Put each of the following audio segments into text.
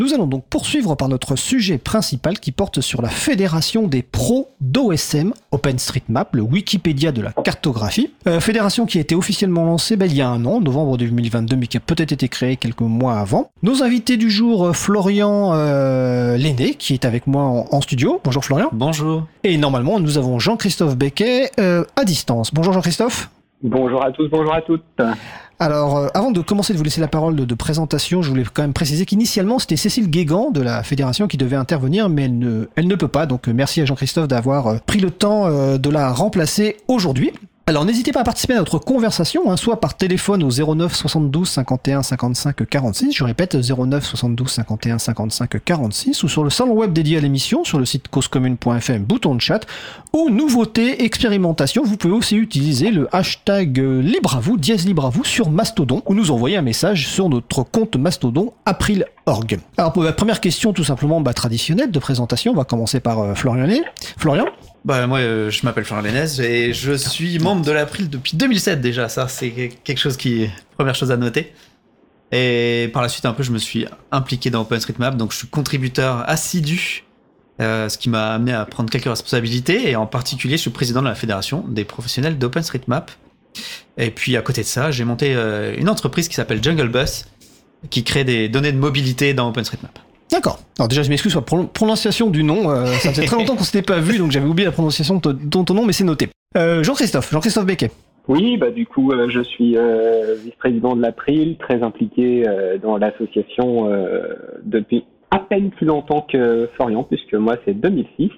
Nous allons donc poursuivre par notre sujet principal qui porte sur la Fédération des pros d'OSM, OpenStreetMap, le Wikipédia de la cartographie. Fédération qui a été officiellement lancée il y a un an, novembre 2022, mais qui a peut-être été créée quelques mois avant. Nos invités du jour, Florian Lenné, qui est avec moi en studio. Bonjour Florian. Bonjour. Et normalement, nous avons Jean-Christophe Becquet à distance. Bonjour Jean-Christophe. Bonjour à tous, bonjour à toutes. Alors, avant de commencer de vous laisser la parole de présentation, je voulais quand même préciser qu'initialement, c'était Cécile Guégan de la Fédération qui devait intervenir, mais elle ne peut pas. Donc, merci à Jean-Christophe d'avoir pris le temps de la remplacer aujourd'hui. Alors, n'hésitez pas à participer à notre conversation, soit par téléphone au 09 72 51 55 46, je répète, 09 72 51 55 46, ou sur le salon web dédié à l'émission, sur le site causecommune.fm, bouton de chat, ou nouveauté, expérimentation, vous pouvez aussi utiliser le hashtag libre à vous sur Mastodon, ou nous envoyer un message sur notre compte Mastodon April.org. Alors, pour la première question, tout simplement traditionnelle de présentation, on va commencer par Florian Lenné. Florian ? Moi, je m'appelle Florian Lenné et je suis membre de l'April depuis 2007 déjà. Ça, c'est quelque chose première chose à noter. Et par la suite, un peu, je me suis impliqué dans OpenStreetMap, donc je suis contributeur assidu, ce qui m'a amené à prendre quelques responsabilités. Et en particulier, je suis président de la fédération des professionnels d'OpenStreetMap. Et puis, à côté de ça, j'ai monté une entreprise qui s'appelle JungleBus, qui crée des données de mobilité dans OpenStreetMap. D'accord. Alors déjà, je m'excuse sur la prononciation du nom. Ça faisait très longtemps qu'on s'était pas vu, donc j'avais oublié la prononciation de ton nom, mais c'est noté. Jean-Christophe Becquet. Oui, du coup, je suis vice-président de l'April, très impliqué dans l'association depuis à peine plus longtemps que Florian, puisque moi, c'est 2006.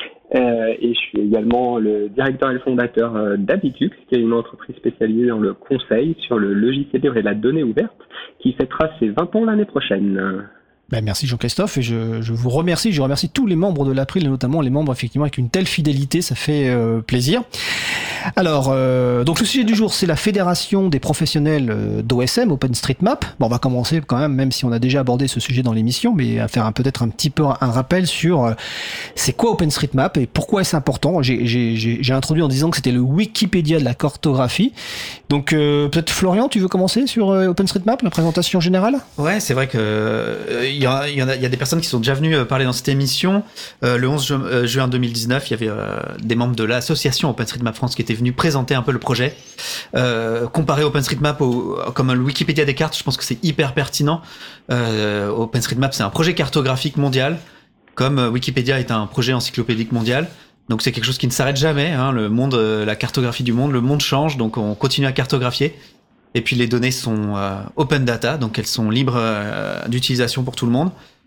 Et je suis également le directeur et le fondateur d'Habitux, qui est une entreprise spécialisée dans le conseil sur le logiciel libre et la donnée ouverte, qui fêtera ses 20 ans l'année prochaine. Merci Jean-Christophe, et je vous remercie. Je remercie tous les membres de l'April, et notamment les membres effectivement avec une telle fidélité, ça fait plaisir. Alors, donc le sujet du jour, c'est la Fédération des professionnels d'OSM, OpenStreetMap. Bon, on va commencer quand même si on a déjà abordé ce sujet dans l'émission, mais à faire peut-être un petit peu un rappel sur c'est quoi OpenStreetMap et pourquoi est-ce important. J'ai introduit en disant que c'était le Wikipédia de la cartographie. Donc peut-être Florian, tu veux commencer sur OpenStreetMap, la présentation générale ? Ouais, c'est vrai que il y a des personnes qui sont déjà venues parler dans cette émission. Le 11 juin 2019, il y avait des membres de l'association OpenStreetMap France qui étaient venus présenter un peu le projet. Comparer OpenStreetMap comme le Wikipédia des cartes, je pense que c'est hyper pertinent. OpenStreetMap, c'est un projet cartographique mondial, comme Wikipédia est un projet encyclopédique mondial. Donc c'est quelque chose qui ne s'arrête jamais. Le monde, la cartographie du monde, le monde change, donc on continue à cartographier. Et puis les données sont open data, donc elles sont libres d'utilisation pour tout le monde.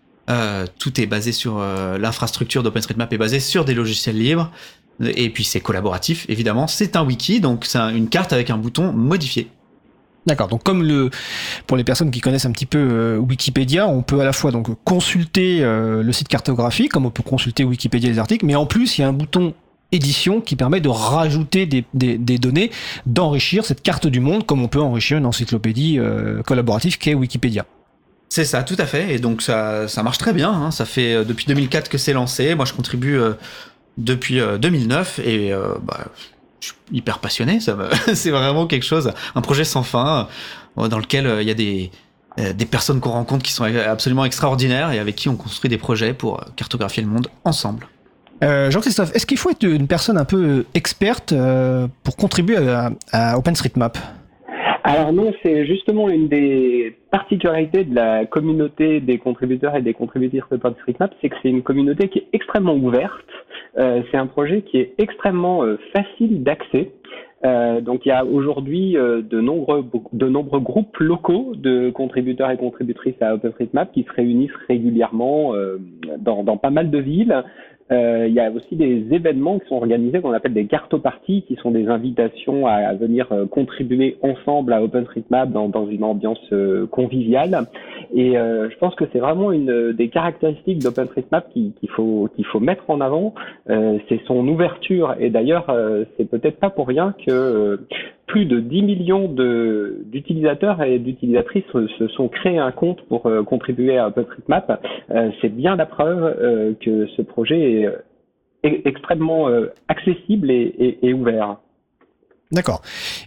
Tout est basé sur l'infrastructure d'OpenStreetMap est basée sur des logiciels libres. Et puis c'est collaboratif, évidemment. C'est un wiki, donc c'est une carte avec un bouton modifier. D'accord, donc comme pour les personnes qui connaissent un petit peu Wikipédia, on peut à la fois donc consulter le site cartographie, comme on peut consulter Wikipédia les articles, mais en plus il y a un bouton édition qui permet de rajouter des données, d'enrichir cette carte du monde, comme on peut enrichir une encyclopédie collaborative qu'est Wikipédia. C'est ça, tout à fait, et donc ça marche très bien. Ça fait depuis 2004 que c'est lancé. Moi je contribue depuis 2009 et je suis hyper passionné. C'est vraiment quelque chose, un projet sans fin dans lequel il y a des personnes qu'on rencontre qui sont absolument extraordinaires et avec qui on construit des projets pour cartographier le monde ensemble. Jean-Christophe, est-ce qu'il faut être une personne un peu experte pour contribuer à OpenStreetMap ? Alors non, c'est justement une des particularités de la communauté des contributeurs et des contributeurs d'OpenStreetMap, c'est que c'est une communauté qui est extrêmement ouverte. C'est un projet qui est extrêmement facile d'accès. Donc il y a aujourd'hui de nombreux groupes locaux de contributeurs et contributrices à OpenStreetMap qui se réunissent régulièrement dans pas mal de villes. Il y a aussi des événements qui sont organisés qu'on appelle des cartoparties, qui sont des invitations à venir contribuer ensemble à OpenStreetMap dans une ambiance conviviale. Et je pense que c'est vraiment une des caractéristiques d'OpenStreetMap qu'il faut mettre en avant. C'est son ouverture. Et d'ailleurs, c'est peut-être pas pour rien que plus de 10 millions d'utilisateurs et d'utilisatrices se sont créés un compte pour contribuer à OpenStreetMap. C'est bien la preuve que ce projet est extrêmement accessible et ouvert. D'accord.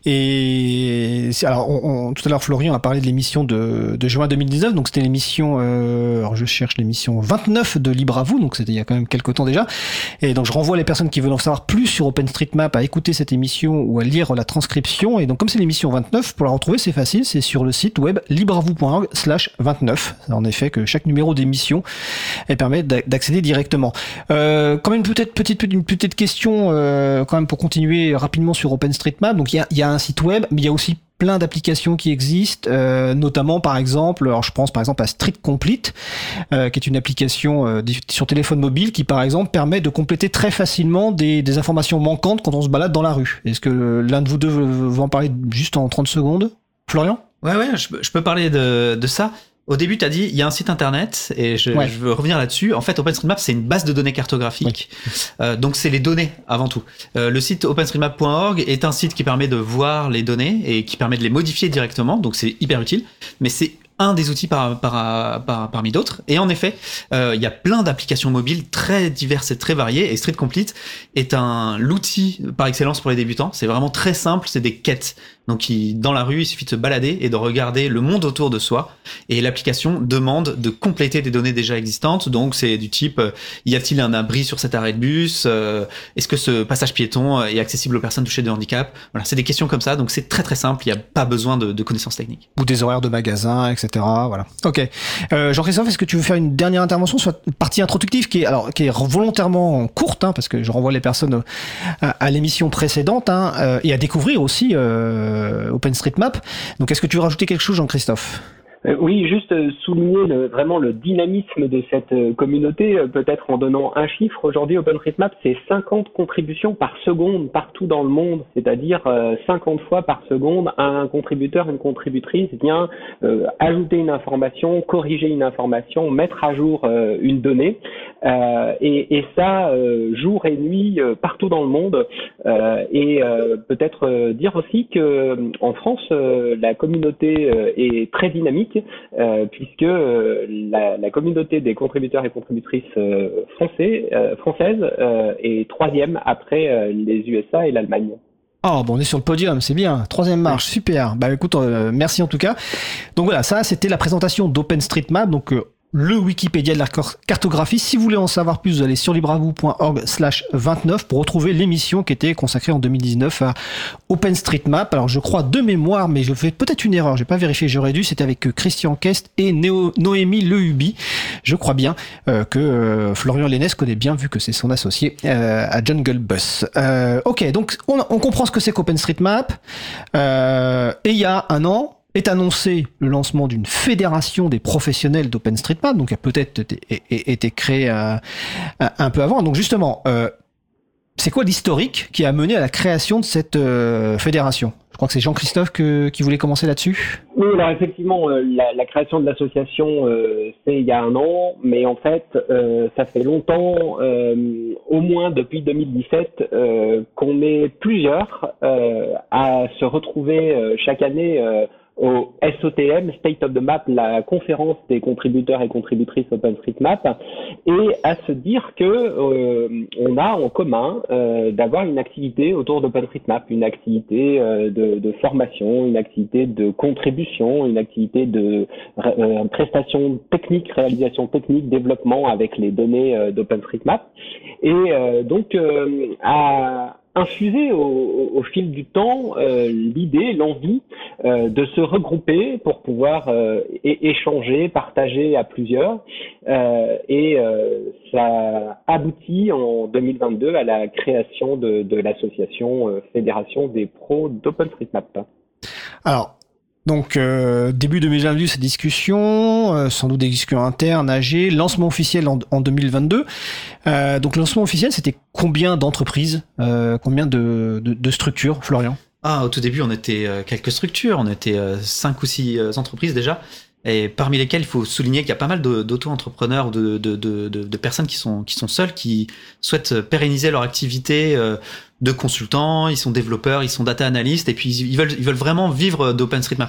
Et alors, tout à l'heure, Florian a parlé de l'émission de juin 2019. Donc, c'était l'émission, alors je cherche l'émission 29 de Libre à vous. Donc, c'était il y a quand même quelques temps déjà. Et donc, je renvoie les personnes qui veulent en savoir plus sur OpenStreetMap à écouter cette émission ou à lire la transcription. Et donc, comme c'est l'émission 29, pour la retrouver, c'est facile. C'est sur le site web libreavou.org/29. En effet, que chaque numéro d'émission permet d'accéder directement. Quand même, une petite question, quand même, pour continuer rapidement sur OpenStreetMap. Donc il y a un site web, mais il y a aussi plein d'applications qui existent, notamment par exemple, alors je pense par exemple à Street Complete, qui est une application sur téléphone mobile qui par exemple permet de compléter très facilement des informations manquantes quand on se balade dans la rue. Est-ce que l'un de vous deux veut en parler juste en 30 secondes? Florian? Ouais, je peux parler de ça. Au début, tu as dit, il y a un site internet, et je veux revenir là-dessus. En fait, OpenStreetMap, c'est une base de données cartographique. Oui. Donc, c'est les données avant tout. Le site openstreetmap.org est un site qui permet de voir les données et qui permet de les modifier directement. Donc, c'est hyper utile. Mais c'est un des outils parmi d'autres. Et en effet, il y a plein d'applications mobiles très diverses et très variées. Et Street Complete est l'outil par excellence pour les débutants. C'est vraiment très simple. C'est des quêtes. Donc, dans la rue, il suffit de se balader et de regarder le monde autour de soi. Et l'application demande de compléter des données déjà existantes. Donc, c'est du type, y a-t-il un abri sur cet arrêt de bus? Est-ce que ce passage piéton est accessible aux personnes touchées de handicap? Voilà, c'est des questions comme ça. Donc, c'est très, très simple. Il n'y a pas besoin de connaissances techniques. Ou des horaires de magasins, etc. Voilà. Ok. Jean-Christophe, est-ce que tu veux faire une dernière intervention sur la partie introductive qui est volontairement courte, parce que je renvoie les personnes à l'émission précédente, et à découvrir aussi OpenStreetMap. Donc, est-ce que tu veux rajouter quelque chose, Jean-Christophe? Oui, juste souligner vraiment le dynamisme de cette communauté, peut-être en donnant un chiffre. Aujourd'hui, OpenStreetMap, c'est 50 contributions par seconde partout dans le monde, c'est-à-dire 50 fois par seconde, un contributeur, une contributrice vient ajouter une information, corriger une information, mettre à jour une donnée, et ça, jour et nuit, partout dans le monde. Et peut-être dire aussi que en France, la communauté est très dynamique, puisque la communauté des contributeurs et contributrices françaises est troisième après les USA et l'Allemagne. Oh, bon, on est sur le podium, c'est bien. Troisième marche, super. Bah écoute, merci en tout cas. Donc voilà, ça c'était la présentation d'OpenStreetMap, donc le Wikipédia de la cartographie. Si vous voulez en savoir plus, vous allez sur libreavou.org/29 pour retrouver l'émission qui était consacrée en 2019 à OpenStreetMap. Alors je crois de mémoire, mais je fais peut-être une erreur, j'ai pas vérifié, j'aurais dû, c'était avec Christian Kest et Noémie Lehuby. Je crois bien que Florian Lénès connaît bien, vu que c'est son associé à Jungle Bus. Ok, donc on comprend ce que c'est qu'OpenStreetMap. Et il y a un an, est annoncé le lancement d'une fédération des professionnels d'OpenStreetMap, donc elle a peut-être été créée un peu avant. Donc justement, c'est quoi l'historique qui a mené à la création de cette fédération? Je crois que c'est Jean-Christophe qui voulait commencer là-dessus. Oui, alors effectivement, la création de l'association, c'est il y a un an, mais en fait, ça fait longtemps, au moins depuis 2017, qu'on est plusieurs à se retrouver chaque année au SOTM, State of the Map, la conférence des contributeurs et contributrices OpenStreetMap, et à se dire que on a en commun d'avoir une activité autour d'OpenStreetMap, une activité de formation, une activité de contribution, une activité de prestation technique, réalisation technique, développement avec les données d'OpenStreetMap, et donc à infuser au fil du temps l'idée, l'envie de se regrouper pour pouvoir échanger, partager à plusieurs, et ça aboutit en 2022 à la création de l'association Fédération des pros d'OpenStreetMap. Alors, donc, début 2022, cette discussion, sans doute des discussions internes, AG, lancement officiel en 2022. Donc, le lancement officiel, c'était combien d'entreprises, combien de structures, Florian? Au tout début, on était quelques structures, on était 5 ou 6 entreprises déjà. Et parmi lesquelles il faut souligner qu'il y a pas mal d'auto-entrepreneurs, de personnes qui sont seules, qui souhaitent pérenniser leur activité de consultants, ils sont développeurs, ils sont data analystes, et puis ils veulent vraiment vivre d'OpenStreetMap.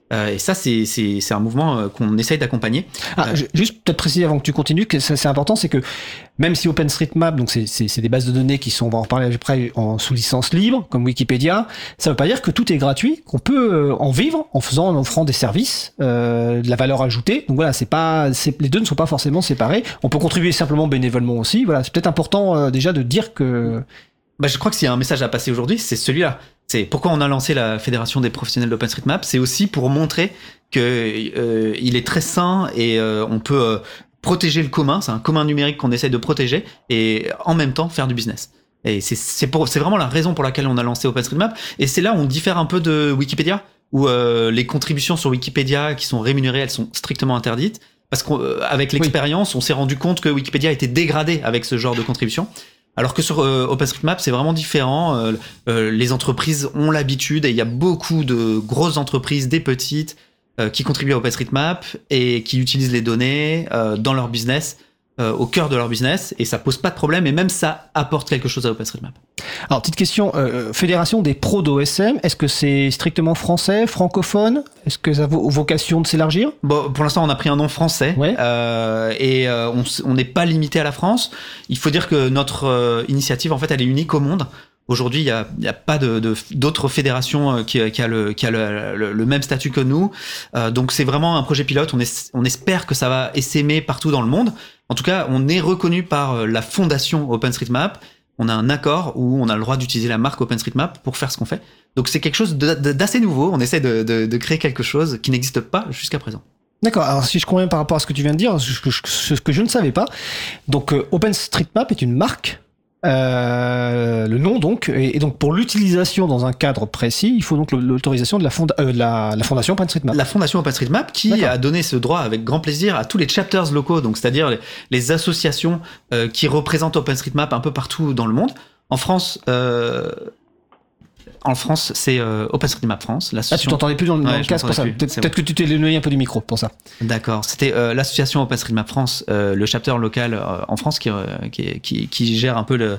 Et ça, c'est un mouvement qu'on essaye d'accompagner. Juste peut-être préciser avant que tu continues, que c'est important, c'est que même si OpenStreetMap, donc c'est des bases de données qui sont, on va en reparler après, sous licence libre, comme Wikipédia, ça veut pas dire que tout est gratuit, qu'on peut en vivre en offrant des services, de la valeur ajoutée. Donc voilà, les deux ne sont pas forcément séparés. On peut contribuer simplement bénévolement aussi. Voilà, c'est peut-être important déjà de dire que... Je crois que s'il y a un message à passer aujourd'hui, c'est celui-là. C'est pourquoi on a lancé la Fédération des professionnels d'OpenStreetMap. C'est aussi pour montrer que il est très sain et on peut protéger le commun. C'est un commun numérique qu'on essaie de protéger et en même temps faire du business. Et c'est vraiment la raison pour laquelle on a lancé OpenStreetMap. Et c'est là où on diffère un peu de Wikipédia, où les contributions sur Wikipédia qui sont rémunérées, elles sont strictement interdites. Parce qu'avec l'expérience, on s'est rendu compte que Wikipédia était dégradé avec ce genre de contribution. Alors que sur OpenStreetMap, c'est vraiment différent. Les entreprises ont l'habitude, et il y a beaucoup de grosses entreprises, des petites, qui contribuent à OpenStreetMap et qui utilisent les données dans leur business, au cœur de leur business, et ça pose pas de problème, et même ça apporte quelque chose à OpenStreetMap. Alors, petite question, Fédération des pros d'OSM, est-ce que c'est strictement français, francophone? Est-ce que ça a vocation de s'élargir? Bon, pour l'instant, on a pris un nom français, ouais. Et on n'est pas limité à la France. Il faut dire que notre initiative, en fait, elle est unique au monde. Aujourd'hui, il y a pas d'autres fédérations qui a le même statut que nous. Donc c'est vraiment un projet pilote. On espère que ça va essaimer partout dans le monde. En tout cas, on est reconnu par la fondation OpenStreetMap. On a un accord où on a le droit d'utiliser la marque OpenStreetMap pour faire ce qu'on fait. Donc c'est quelque chose d'assez nouveau. On essaie de créer quelque chose qui n'existe pas jusqu'à présent. D'accord. Alors si je conviens par rapport à ce que tu viens de dire, ce que je ne savais pas. Donc OpenStreetMap est une marque. Le nom donc, et donc pour l'utilisation dans un cadre précis, il faut donc l'autorisation de la fondation OpenStreetMap. La fondation OpenStreetMap qui a donné ce droit avec grand plaisir à tous les chapters locaux, donc c'est-à-dire les associations qui représentent OpenStreetMap un peu partout dans le monde. En France, c'est OpenStreetMap France. Tu t'entendais plus dans le casque pour ça. Peut-être que tu t'es éloigné un peu du micro pour ça. D'accord. C'était l'association OpenStreetMap France, le chapter local en France qui gère un peu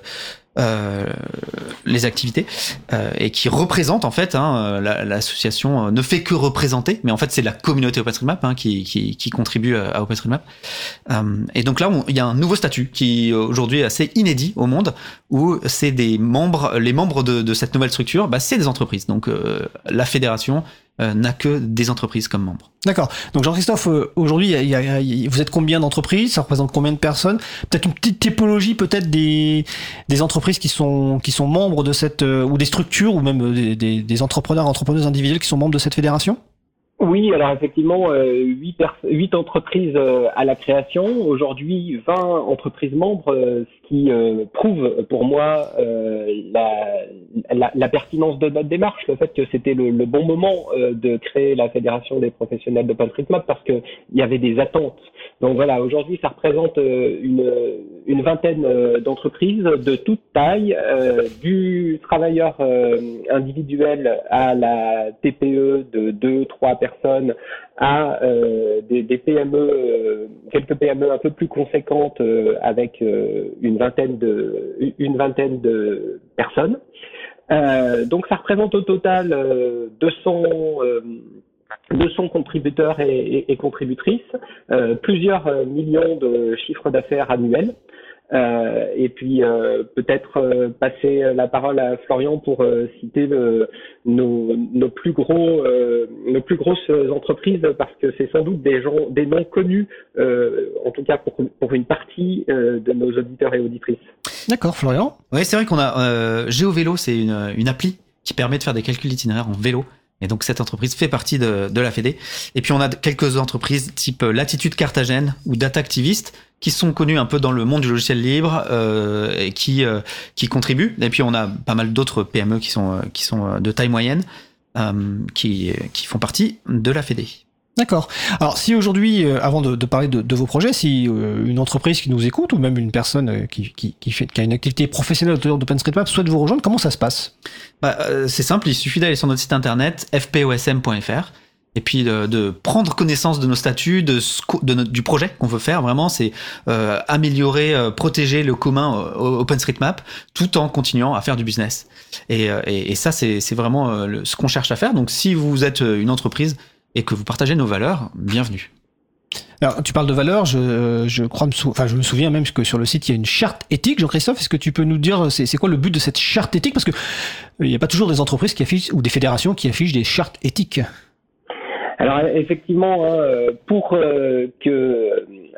les activités et qui représente en fait l'association ne fait que représenter, mais en fait c'est la communauté OpenStreetMap qui contribue à OpenStreetMap. Et donc là il y a un nouveau statut qui aujourd'hui est assez inédit au monde, où c'est les membres de cette nouvelle structure, c'est des entreprises. Donc la fédération n'a que des entreprises comme membres. D'accord. Donc Jean-Christophe, aujourd'hui, vous êtes combien d'entreprises? Ça représente combien de personnes? Peut-être une petite typologie, peut-être des entreprises qui sont membres de cette ou des structures ou même des entrepreneuses individuels qui sont membres de cette fédération? Oui, alors effectivement, 8 entreprises à la création. Aujourd'hui, 20 entreprises membres, ce qui prouve pour moi la pertinence de notre démarche, le fait que c'était le bon moment de créer la Fédération des professionnels d'OpenStreetMap, parce qu'il y avait des attentes. Donc voilà, aujourd'hui, ça représente une vingtaine d'entreprises de toute taille, du travailleur individuel à la TPE de 2-3 personnes, à des PME, quelques PME un peu plus conséquentes avec une vingtaine de personnes. Donc ça représente au total 200 contributeurs et contributrices, plusieurs millions de chiffres d'affaires annuels. Et puis peut-être passer la parole à Florian pour citer nos plus grosses entreprises, parce que c'est sans doute des noms connus, en tout cas pour une partie de nos auditeurs et auditrices. D'accord, Florian. Oui, c'est vrai qu'on a GeoVélo, c'est une appli qui permet de faire des calculs d'itinéraire en vélo. Et donc cette entreprise fait partie de la Fédé. Et puis on a quelques entreprises type Latitude Carthagène ou Data Activist qui sont connues un peu dans le monde du logiciel libre et qui contribuent. Et puis on a pas mal d'autres PME qui sont de taille moyenne qui font partie de la Fédé. D'accord. Alors si aujourd'hui, avant de parler de vos projets, si une entreprise qui nous écoute ou même une personne qui a une activité professionnelle autour d'OpenStreetMap souhaite vous rejoindre, comment ça se passe? C'est simple, il suffit d'aller sur notre site internet fposm.fr et puis de prendre connaissance de nos statuts, du projet qu'on veut faire. Vraiment, c'est améliorer, protéger le commun OpenStreetMap tout en continuant à faire du business. Et ça, c'est vraiment ce qu'on cherche à faire. Donc si vous êtes une entreprise, et que vous partagez nos valeurs, bienvenue. Alors, tu parles de valeurs, je me souviens même que sur le site, il y a une charte éthique. Jean-Christophe, est-ce que tu peux nous dire, c'est quoi le but de cette charte éthique? Parce que il n'y a pas toujours des entreprises qui affichent, ou des fédérations qui affichent des chartes éthiques. Alors, effectivement, pour que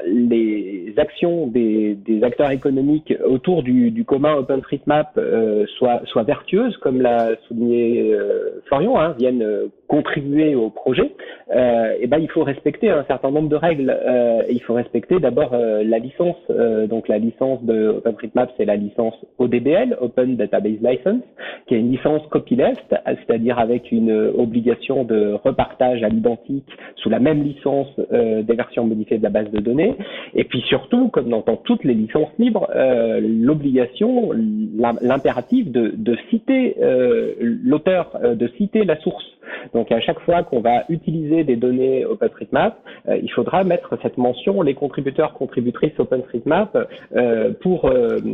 les actions des acteurs économiques autour du commun OpenStreetMap soient vertueuses, comme l'a souligné Florian, viennent contribuer au projet, il faut respecter un certain nombre de règles. Il faut respecter d'abord la licence. Donc la licence de OpenStreetMap, c'est la licence ODBL, Open Database License, qui est une licence copyleft, c'est-à-dire avec une obligation de repartage à l'identique sous la même licence des versions modifiées de la base de données. Et puis surtout, comme dans toutes les licences libres, l'obligation, l'impératif de citer l'auteur, de citer la source. Donc à chaque fois qu'on va utiliser des données OpenStreetMap, il faudra mettre cette mention les contributeurs contributrices OpenStreetMap pour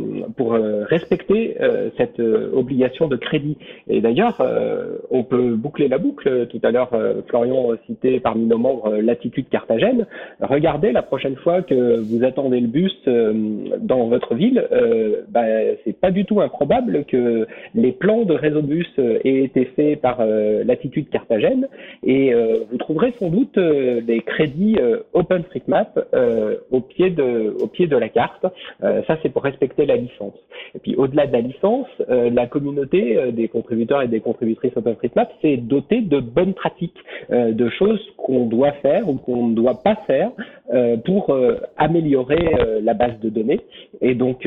respecter cette obligation de crédit. Et d'ailleurs, on peut boucler la boucle. Tout à l'heure, Florian citait parmi nos membres Latitude Carthagène. Regardez la prochaine fois que vous attendez le bus dans votre ville, c'est pas du tout improbable que les plans de réseau bus aient été faits par Latitude Carthagène et vous trouverez sans doute des crédits OpenStreetMap au pied de la carte. Ça, c'est pour respecter la licence. Et puis, au-delà de la licence, la communauté des contributeurs et des contributrices OpenStreetMap s'est dotée de bonnes pratiques, de choses qu'on doit faire ou qu'on ne doit pas faire pour améliorer la base de données. Et donc,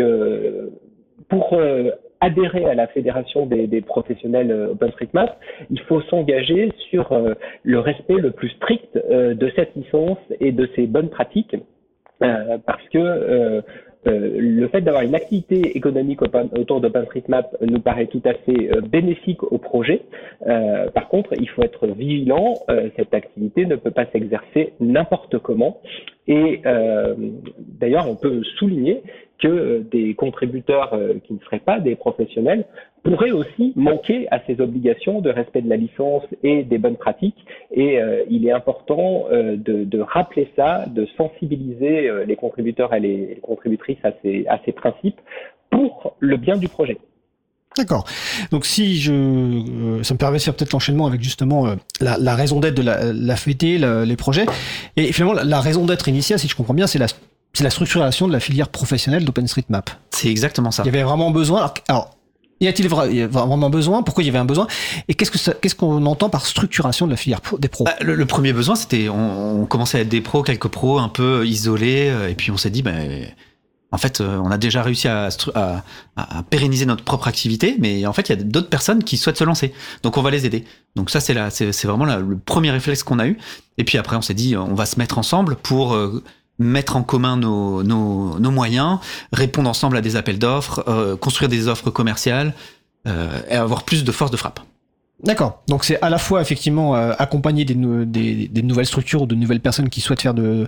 pour adhérer à la fédération des professionnels OpenStreetMap, il faut s'engager sur le respect le plus strict de cette licence et de ses bonnes pratiques, parce que le fait d'avoir une activité économique autour d'OpenStreetMap nous paraît tout à fait bénéfique au projet. Par contre, il faut être vigilant. Cette activité ne peut pas s'exercer n'importe comment. Et d'ailleurs, on peut souligner que des contributeurs qui ne seraient pas des professionnels pourraient aussi manquer à ces obligations de respect de la licence et des bonnes pratiques. Et il est important de rappeler ça, de sensibiliser les contributeurs et les contributrices à ces principes pour le bien du projet. D'accord. Donc si ça me permet de faire peut-être l'enchaînement avec justement la raison d'être de la FED, les projets. Et finalement, la raison d'être initiale, si je comprends bien, c'est la structuration de la filière professionnelle d'OpenStreetMap. C'est exactement ça. Il y avait vraiment besoin. Alors y a-t-il vraiment besoin? Pourquoi il y avait un besoin? Et qu'est-ce qu'on entend par structuration de la filière des pros? Le premier besoin, c'était on commençait à être des pros, quelques pros un peu isolés, et puis on s'est dit, en fait, on a déjà réussi à pérenniser notre propre activité, mais en fait, il y a d'autres personnes qui souhaitent se lancer. Donc, on va les aider. Donc ça, c'est vraiment le premier réflexe qu'on a eu. Et puis après, on s'est dit, on va se mettre ensemble pour mettre en commun nos moyens, répondre ensemble à des appels d'offres, construire des offres commerciales et avoir plus de force de frappe. D'accord. Donc c'est à la fois effectivement accompagner des nouvelles structures ou de nouvelles personnes qui souhaitent faire de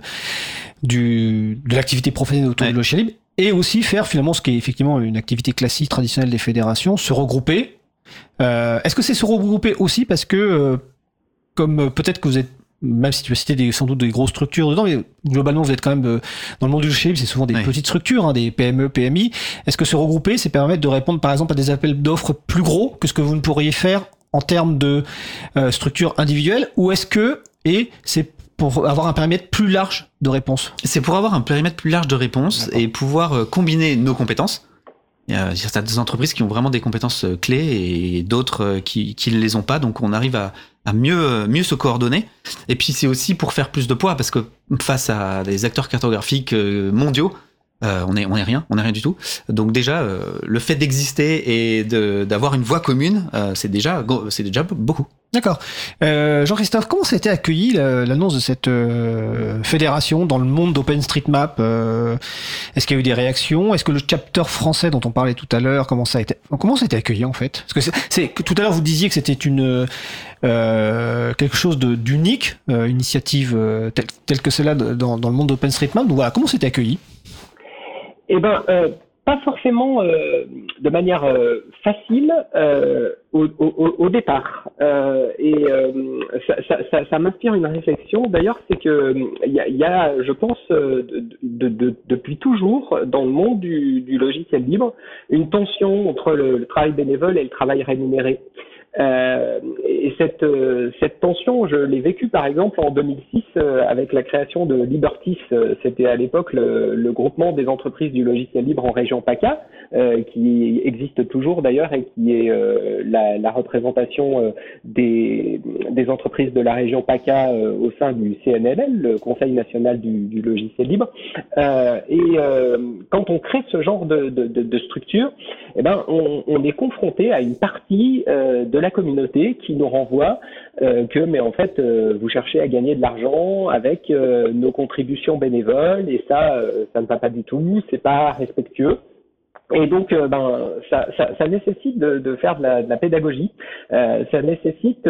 l'activité professionnelle autour du logiciel libre, et aussi faire finalement ce qui est effectivement une activité classique traditionnelle des fédérations, se regrouper. Est-ce que c'est se regrouper aussi parce que comme peut-être que vous êtes, même si tu as cité sans doute des grosses structures dedans, mais globalement vous êtes quand même dans le monde du logiciel libre, c'est souvent des petites structures, des PME, PMI. Est-ce que se regrouper, c'est permettre de répondre par exemple à des appels d'offres plus gros que ce que vous ne pourriez faire en termes de structure individuelle, ou est-ce que c'est pour avoir un périmètre plus large de réponse? C'est pour avoir un périmètre plus large de réponse et pouvoir combiner nos compétences. Il y a certaines entreprises qui ont vraiment des compétences clés et d'autres qui ne les ont pas, donc on arrive à mieux se coordonner. Et puis c'est aussi pour faire plus de poids, parce que face à des acteurs cartographiques mondiaux, on est rien du tout. Donc déjà, le fait d'exister et d'avoir une voix commune, c'est déjà beaucoup. D'accord. Jean-Christophe, comment ça a été accueilli l'annonce de cette fédération dans le monde d'OpenStreetMap? Est-ce qu'il y a eu des réactions? Est-ce que le chapter français dont on parlait tout à l'heure, comment ça a été accueilli en fait? Parce que tout à l'heure vous disiez que c'était quelque chose d'unique, initiative telle que celle-là dans le monde d'OpenStreetMap. Donc voilà, comment c'était accueilli? pas forcément de manière facile au départ. Ça m'inspire une réflexion. D'ailleurs, c'est que il y a, je pense, depuis toujours dans le monde du logiciel libre, une tension entre le travail bénévole et le travail rémunéré. Et cette tension, je l'ai vécue par exemple en 2006 avec la création de Libertis. C'était à l'époque le groupement des entreprises du logiciel libre en région PACA, qui existe toujours d'ailleurs et qui est la représentation des entreprises de la région PACA au sein du CNLL, le Conseil national du logiciel libre. Quand on crée ce genre de structure, eh ben on est confronté à une partie de la communauté qui nous renvoie mais en fait vous cherchez à gagner de l'argent avec nos contributions bénévoles et ça ne va pas du tout, c'est pas respectueux. Et donc, ça nécessite de faire de la pédagogie, ça nécessite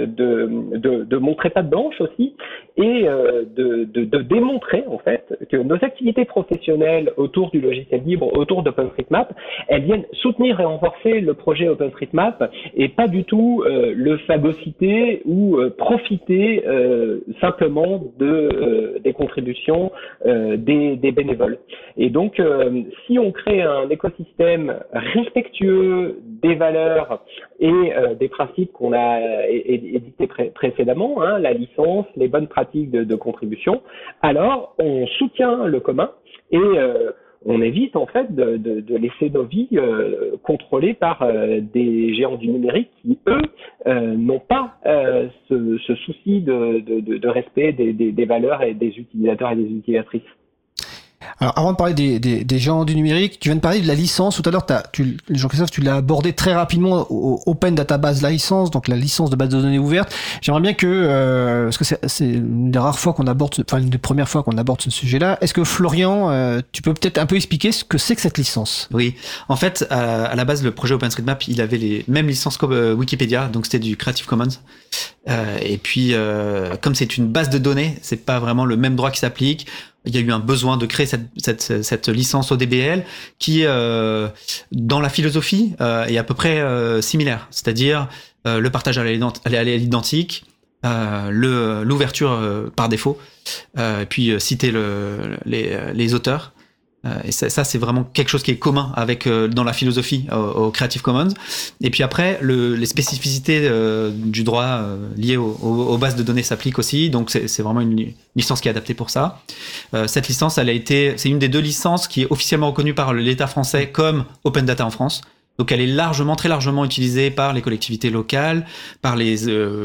de montrer patte blanche aussi, et de démontrer en fait que nos activités professionnelles autour du logiciel libre, autour d'OpenStreetMap, elles viennent soutenir et renforcer le projet OpenStreetMap et pas du tout le phagocyter ou profiter simplement des contributions des bénévoles. Et donc, si on crée un écosystème respectueux des valeurs et des principes qu'on a édités précédemment, la licence, les bonnes pratiques de contribution, alors on soutient le commun et on évite en fait de laisser nos vies contrôlées par des géants du numérique qui, eux, n'ont pas ce souci de respect des valeurs et des utilisateurs et des utilisatrices. Alors, avant de parler des géants du numérique, tu viens de parler de la licence. Tout à l'heure, Jean-Christophe, tu l'as abordé très rapidement au Open Database License, donc la licence de base de données ouverte. J'aimerais bien que, parce que c'est une des rares fois qu'on aborde, une des premières fois qu'on aborde ce sujet-là. Est-ce que Florian, tu peux peut-être un peu expliquer ce que c'est que cette licence? Oui. En fait, à la base, le projet OpenStreetMap, il avait les mêmes licences que Wikipédia, donc c'était du Creative Commons. Et puis, comme c'est une base de données, c'est pas vraiment le même droit qui s'applique. Il y a eu un besoin de créer cette licence ODBL qui, dans la philosophie, est à peu près similaire. C'est-à-dire le partage à l'identique, l'ouverture par défaut, et puis citer les auteurs. Et ça, c'est vraiment quelque chose qui est commun avec dans la philosophie au Creative Commons. Et puis après, les spécificités du droit liées aux bases de données s'appliquent aussi. Donc c'est vraiment une licence qui est adaptée pour ça. Cette licence, c'est une des deux licences qui est officiellement reconnue par l'État français comme Open Data en France. Donc elle est très largement utilisée par les collectivités locales, par même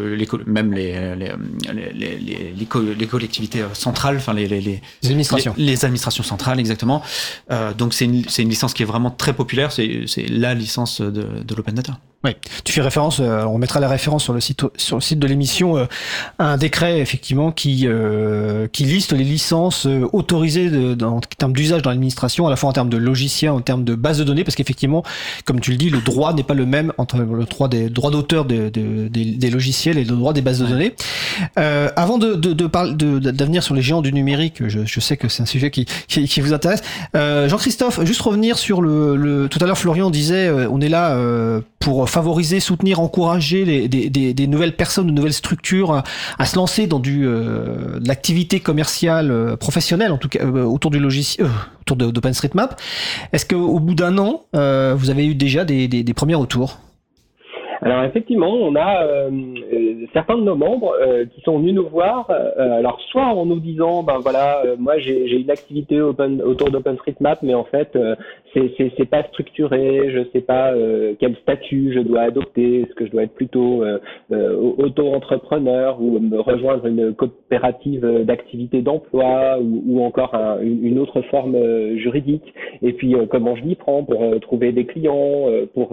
les collectivités centrales, enfin les administrations. Les administrations centrales, exactement. Donc c'est une licence qui est vraiment très populaire. C'est la licence de l'Open Data. Oui, tu fais référence, on mettra la référence sur le site de l'émission, à un décret effectivement qui liste les licences autorisées en termes d'usage dans l'administration, à la fois en termes de logiciels, en termes de bases de données, parce qu'effectivement, comme tu le dis, le droit n'est pas le même entre le droit d'auteur des logiciels et le droit des bases de données. Avant de venir sur les géants du numérique, je sais que c'est un sujet qui vous intéresse. Jean-Christophe, juste revenir sur tout à l'heure Florian disait, on est là pour favoriser, soutenir, encourager des nouvelles personnes, de nouvelles structures à se lancer dans de l'activité commerciale professionnelle, en tout cas autour du logiciel, autour d'OpenStreetMap. Est-ce qu'au bout d'un an, vous avez eu déjà des premiers retours? Alors effectivement, on a certains de nos membres qui sont venus nous voir. Alors soit en nous disant, moi j'ai une activité autour d'OpenStreetMap, mais en fait c'est pas structuré, je sais pas quel statut je dois adopter, est-ce que je dois être plutôt auto-entrepreneur ou me rejoindre une coopérative d'activité d'emploi ou encore une autre forme juridique. Et puis comment je m'y prends pour trouver des clients, pour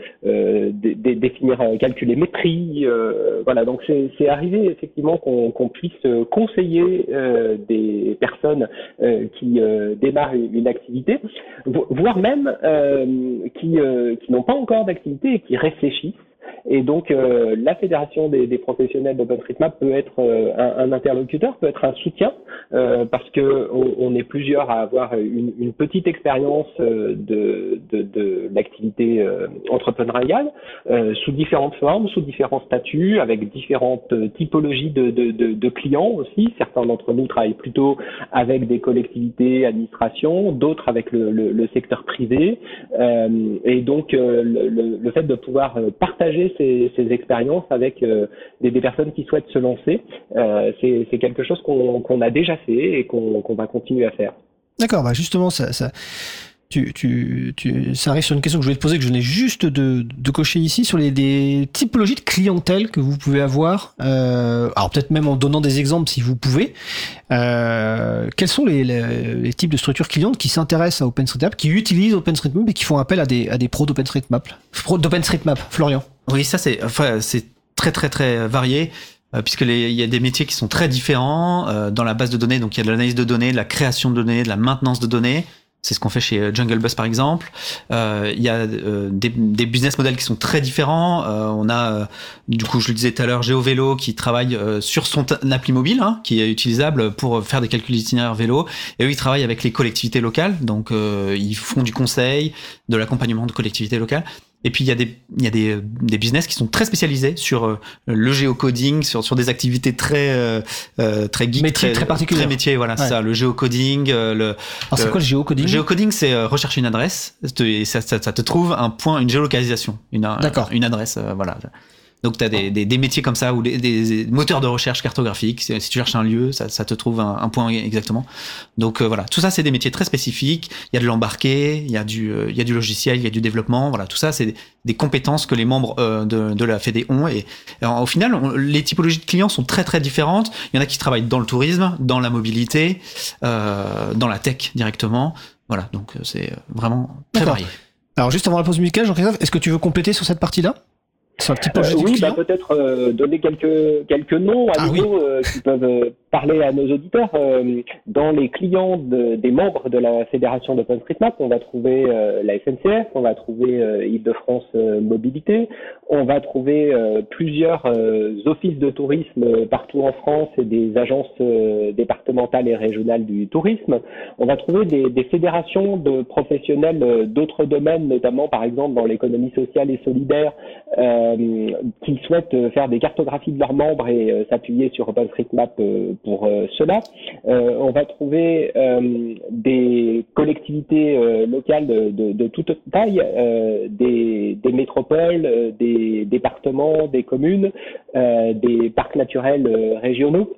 calculer mes prix, voilà. Donc c'est arrivé effectivement qu'on puisse conseiller des personnes qui démarrent une activité, voire même qui n'ont pas encore d'activité et qui réfléchissent. Et donc, la fédération des professionnels d'OpenStreetMap peut être un interlocuteur, peut être un soutien, parce que on est plusieurs à avoir une petite expérience de l'activité entrepreneuriale, sous différentes formes, sous différents statuts, avec différentes typologies de clients aussi. Certains d'entre nous travaillent plutôt avec des collectivités, administrations, d'autres avec le secteur privé. Et donc, le fait de pouvoir partager ces expériences avec des personnes qui souhaitent se lancer, c'est quelque chose qu'on a déjà fait et qu'on va continuer à faire. D'accord, bah justement, ça arrive sur une question que je voulais te poser, que je venais juste de cocher ici, sur des typologies de clientèle que vous pouvez avoir. Alors peut-être même en donnant des exemples si vous pouvez. Quels sont les types de structures clientes qui s'intéressent à OpenStreetMap, qui utilisent OpenStreetMap et qui font appel à des pros d'OpenStreetMap, Florian? Oui, ça c'est très très très varié. Puisque il y a des métiers qui sont très différents dans la base de données. Donc il y a de l'analyse de données, de la création de données, de la maintenance de données. C'est ce qu'on fait chez JungleBus par exemple. Il y a des business models qui sont très différents. On a, du coup, je le disais tout à l'heure, GeoVélo qui travaille sur son appli mobile, qui est utilisable pour faire des calculs d'itinéraire vélo. Et eux, ils travaillent avec les collectivités locales. Donc, ils font du conseil, de l'accompagnement de collectivités locales. Et puis il y a des business qui sont très spécialisés sur le géocoding, sur des activités très geek, métier, très particulier, très métier, voilà, c'est ça, le géocoding. Alors c'est quoi le géocoding? Géocoding, c'est rechercher une adresse et ça te trouve un point, une géolocalisation, une adresse, voilà. Donc tu as des métiers comme ça, ou des moteurs de recherche cartographiques. Si tu cherches un lieu, ça te trouve un point exactement. Donc voilà, tout ça c'est des métiers très spécifiques. Il y a de l'embarqué, il y a du logiciel, il y a du développement. Voilà, tout ça c'est des compétences que les membres de la Fédé ont. Et au final, les typologies de clients sont très très différentes. Il y en a qui travaillent dans le tourisme, dans la mobilité, dans la tech directement. Voilà, donc c'est vraiment très varié. Alors juste avant la pause musicale, Jean-Christophe, est-ce que tu veux compléter sur cette partie-là? Sur oui, peut-être donner quelques noms à nouveau qui peuvent parler à nos auditeurs. Dans les clients des membres de la fédération d'OpenStreetMap, on va trouver la SNCF, on va trouver Île-de-France Mobilité, on va trouver plusieurs offices de tourisme partout en France et des agences départementales et régionales du tourisme. On va trouver des fédérations de professionnels d'autres domaines, notamment par exemple dans l'économie sociale et solidaire, qui souhaitent faire des cartographies de leurs membres et s'appuyer sur OpenStreetMap pour cela. On va trouver des collectivités locales de toute taille, des métropoles, des départements, des communes, des parcs naturels régionaux.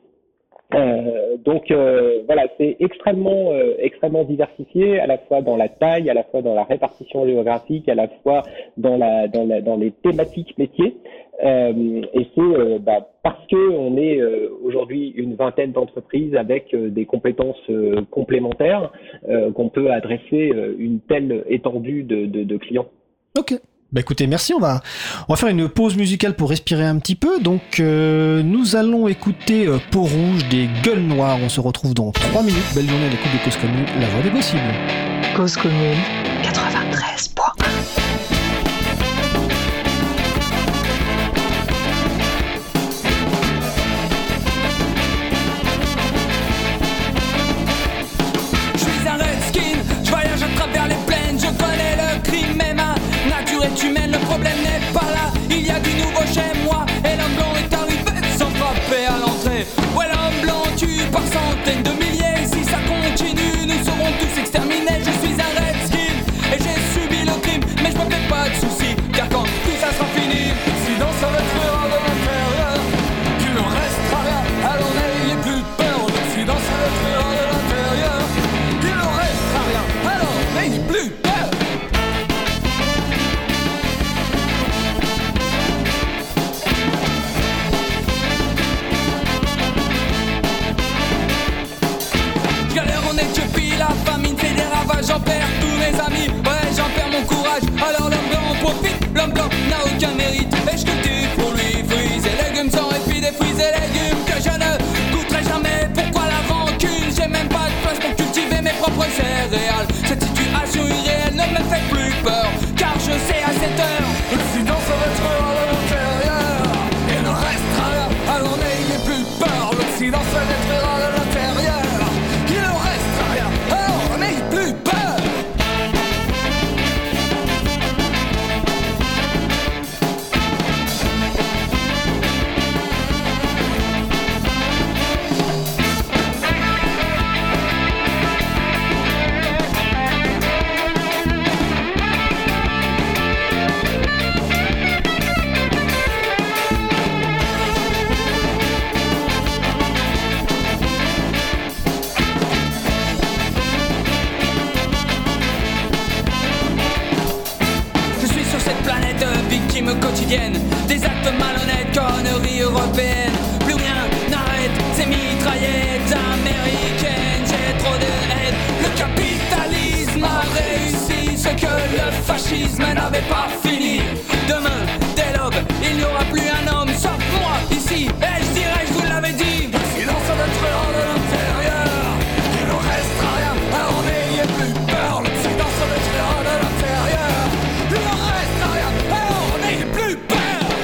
Donc voilà, c'est extrêmement diversifié, à la fois dans la taille, à la fois dans la répartition géographique, à la fois dans les thématiques métiers. Et c'est parce que on est aujourd'hui une vingtaine d'entreprises avec des compétences complémentaires qu'on peut adresser une telle étendue de clients. Ok. Bah écoutez, merci, on va faire une pause musicale pour respirer un petit peu. Donc nous allons écouter Peau rouge des Gueules Noires. On se retrouve dans 3 minutes. Belle journée à l'écoute de Cause Commune, la voix des possibles. Cause Commune 93.1. Humaine, le problème n'est pas là, il y a du nouveau chez moi. Et l'homme blanc est arrivé sans frapper à l'entrée. Ouais, l'homme blanc tue par centaines de milliers. Si ça continue, nous serons tous exterminés. Je suis un redskin et j'ai subi le quotidienne, des actes malhonnêtes, conneries européennes. Plus rien n'arrête ces mitraillettes américaines. J'ai trop de haine. Le capitalisme a réussi ce que le fascisme n'avait pas fini. Demain, dès l'aube, il n'y aura plus un homme sauf moi ici. Et je dirais, je vous l'avais dit, silence à notre rang de l'intérieur. Il ne restera rien, alors n'ayez plus peur. Le silence à notre rang de l'intérieur. Il ne restera rien, alors n'ayez plus peur.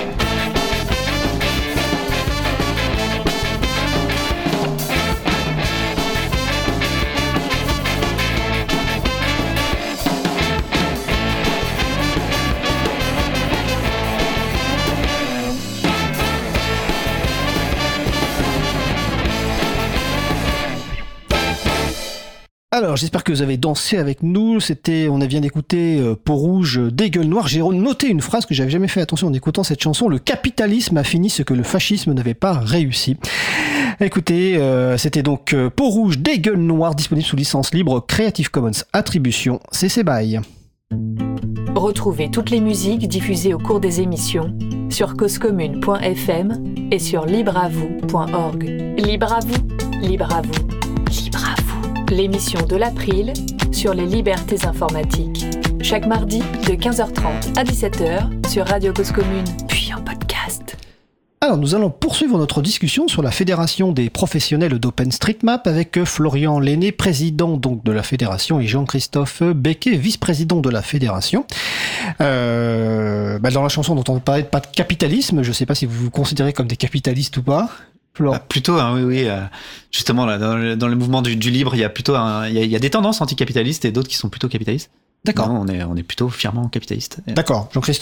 Alors, j'espère que vous avez dansé avec nous. On vient d'écouter Peau rouge des gueules noires. J'ai noté une phrase que j'avais jamais fait attention en écoutant cette chanson. Le capitalisme a fini ce que le fascisme n'avait pas réussi. Écoutez, c'était donc Peau rouge des gueules noires, disponible sous licence libre Creative Commons Attribution CC BY. Retrouvez toutes les musiques diffusées au cours des émissions sur causecommune.fm et sur libreavou.org. Libre à vous, libre à vous, libre à vous. L'émission de l'April sur les libertés informatiques. Chaque mardi de 15h30 à 17h sur Radio Cause Commune, puis en podcast. Alors, nous allons poursuivre notre discussion sur la Fédération des professionnels d'OpenStreetMap avec Florian Lenné, président donc de la Fédération, et Jean-Christophe Becquet, vice-président de la Fédération. Dans la chanson dont on parlait pas de capitalisme, je ne sais pas si vous vous considérez comme des capitalistes ou pas. Plutôt, hein, oui. Justement, là, dans le mouvement du libre, il y a plutôt il y a des tendances anticapitalistes et d'autres qui sont plutôt capitalistes. D'accord. Non, on est plutôt fièrement capitaliste. D'accord. Jean-Christophe ?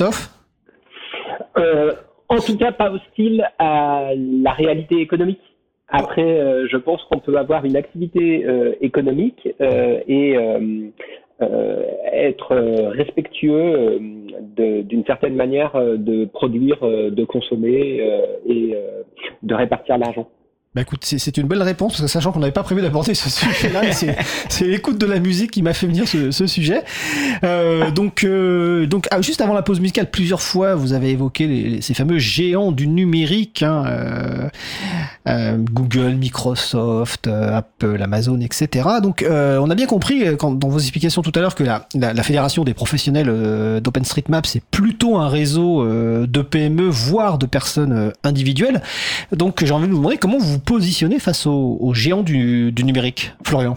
En tout cas, pas hostile à la réalité économique. Après, je pense qu'on peut avoir une activité économique et être respectueux d'une certaine manière de produire, de consommer et de répartir l'argent. Bah écoute, c'est une belle réponse, parce que sachant qu'on n'avait pas prévu d'aborder ce sujet-là, mais c'est l'écoute de la musique qui m'a fait venir ce sujet. Donc, juste avant la pause musicale, plusieurs fois, vous avez évoqué ces fameux géants du numérique, Google, Microsoft, Apple, Amazon, etc. Donc, on a bien compris dans vos explications tout à l'heure que la Fédération des professionnels d'OpenStreetMap, c'est plutôt un réseau de PME, voire de personnes individuelles. Donc, j'ai envie de vous demander comment vous positionnez face aux géants du numérique, Florian.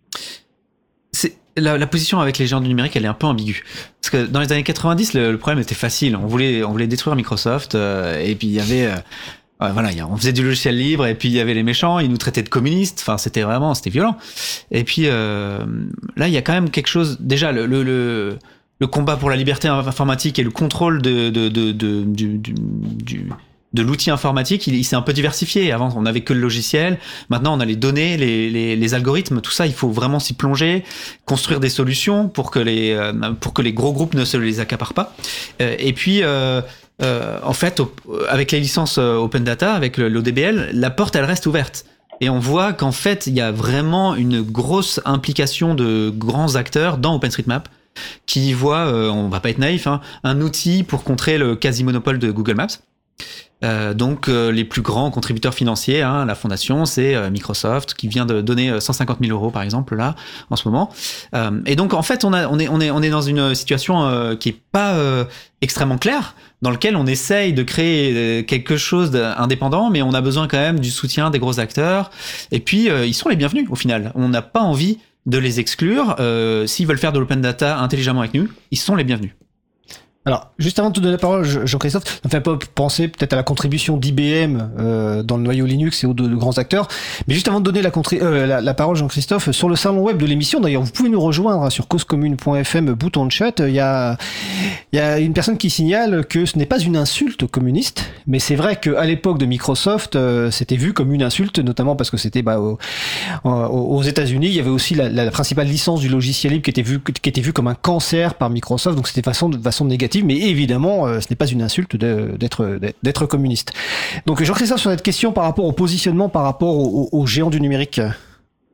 La position avec les géants du numérique, elle est un peu ambiguë. Parce que dans les années 90, le problème était facile. On voulait détruire Microsoft, et puis il y avait... on faisait du logiciel libre, et puis il y avait les méchants, ils nous traitaient de communistes, enfin c'était violent. Et puis là, il y a quand même quelque chose... Déjà, le combat pour la liberté informatique et le contrôle de l'outil informatique, il s'est un peu diversifié. Avant, on n'avait que le logiciel. Maintenant, on a les données, les algorithmes, tout ça. Il faut vraiment s'y plonger, construire des solutions pour que les gros groupes ne se les accaparent pas. Et puis, en fait, avec les licences Open Data, avec l'ODBL, la porte, elle reste ouverte. Et on voit qu'en fait, il y a vraiment une grosse implication de grands acteurs dans OpenStreetMap qui voient, on va pas être naïf, un outil pour contrer le quasi-monopole de Google Maps. Donc les plus grands contributeurs financiers, la fondation, c'est Microsoft qui vient de donner 150 000 euros par exemple là en ce moment. Et donc en fait on est dans une situation qui est pas extrêmement claire, dans lequel on essaye de créer quelque chose d'indépendant, mais on a besoin quand même du soutien des gros acteurs. Et puis ils sont les bienvenus au final. On n'a pas envie de les exclure. S'ils veulent faire de l'open data intelligemment avec nous, ils sont les bienvenus. Alors, juste avant de te donner la parole, Jean-Christophe, ça me fait pas penser peut-être à la contribution d'IBM dans le noyau Linux et aux de grands acteurs. Mais juste avant de donner la parole, Jean-Christophe, sur le salon web de l'émission, d'ailleurs, vous pouvez nous rejoindre sur causecommune.fm, bouton de chat. Il y a une personne qui signale que ce n'est pas une insulte communiste, mais c'est vrai qu'à l'époque de Microsoft, c'était vu comme une insulte, notamment parce que c'était aux États-Unis, il y avait aussi la principale licence du logiciel libre qui était vue comme un cancer par Microsoft, donc c'était de façon négative. Mais évidemment, ce n'est pas une insulte d'être communiste. Donc Jean-Christophe, sur cette question par rapport au positionnement, par rapport aux géants du numérique.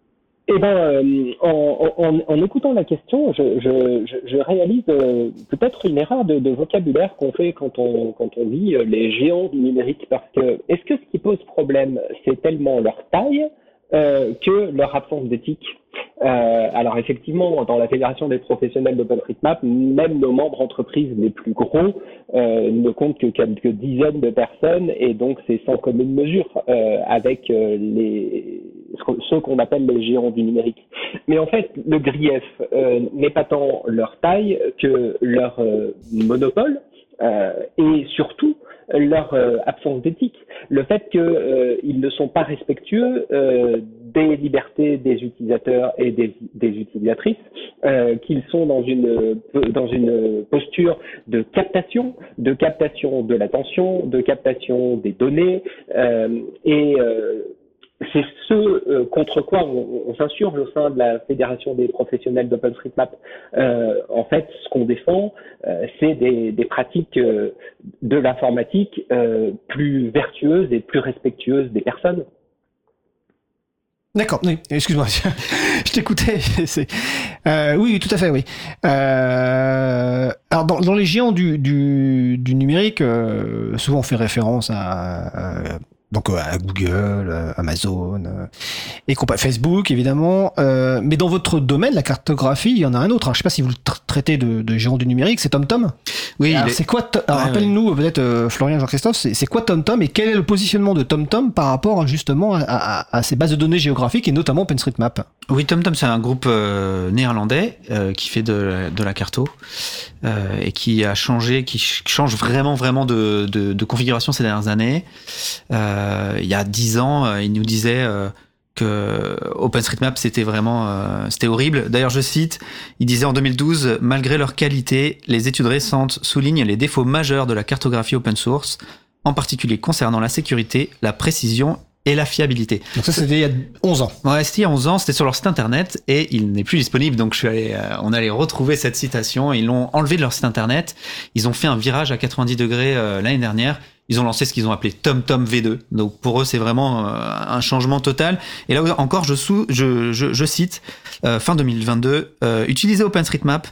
Eh ben, en écoutant la question, je réalise peut-être une erreur de vocabulaire qu'on fait quand on dit les géants du numérique, parce que est-ce que ce qui pose problème, c'est tellement leur taille que leur absence d'éthique? Alors effectivement, dans la Fédération des professionnels d'OpenStreetMap, même nos membres entreprises les plus gros ne comptent que quelques dizaines de personnes, et donc c'est sans commune mesure avec ceux qu'on appelle les géants du numérique. Mais en fait, le grief n'est pas tant leur taille que leur monopole et surtout leur absence d'éthique. Le fait qu'ils ne sont pas respectueux des libertés des utilisateurs et des utilisatrices, qu'ils sont dans une posture de captation de l'attention, de captation des données, c'est ce contre quoi on s'insurge au sein de la Fédération des professionnels d'OpenStreetMap. En fait, ce qu'on défend, c'est des pratiques de l'informatique plus vertueuses et plus respectueuses des personnes. D'accord, oui, excuse-moi, je t'écoutais. Oui, tout à fait, oui. Alors, dans les géants du numérique, souvent on fait référence à Google, Amazon, et Facebook évidemment. Mais dans votre domaine, la cartographie, il y en a un autre. Alors, je sais pas si vous le traitez de géant du numérique, c'est TomTom. Oui. Alors, c'est quoi rappelle-nous peut-être Florian, Jean-Christophe, c'est quoi TomTom et quel est le positionnement de TomTom par rapport justement à ces bases de données géographiques et notamment OpenStreetMap? Oui, TomTom, c'est un groupe néerlandais qui fait de la carto et qui change vraiment de configuration ces dernières années. Il y a 10 ans, il nous disait que OpenStreetMap c'était horrible. D'ailleurs, je cite, il disait en 2012, malgré leur qualité, les études récentes soulignent les défauts majeurs de la cartographie open source, en particulier concernant la sécurité, la précision et la fiabilité. Donc ça, c'était il y a 11 ans. Ouais, c'était il y a 11 ans, c'était sur leur site internet et il n'est plus disponible. Donc on allait retrouver cette citation. Ils l'ont enlevé de leur site internet. Ils ont fait un virage à 90 degrés l'année dernière. Ils ont lancé ce qu'ils ont appelé TomTom V2. Donc pour eux, c'est vraiment un changement total. Et là encore, je cite, fin 2022, utiliser OpenStreetMap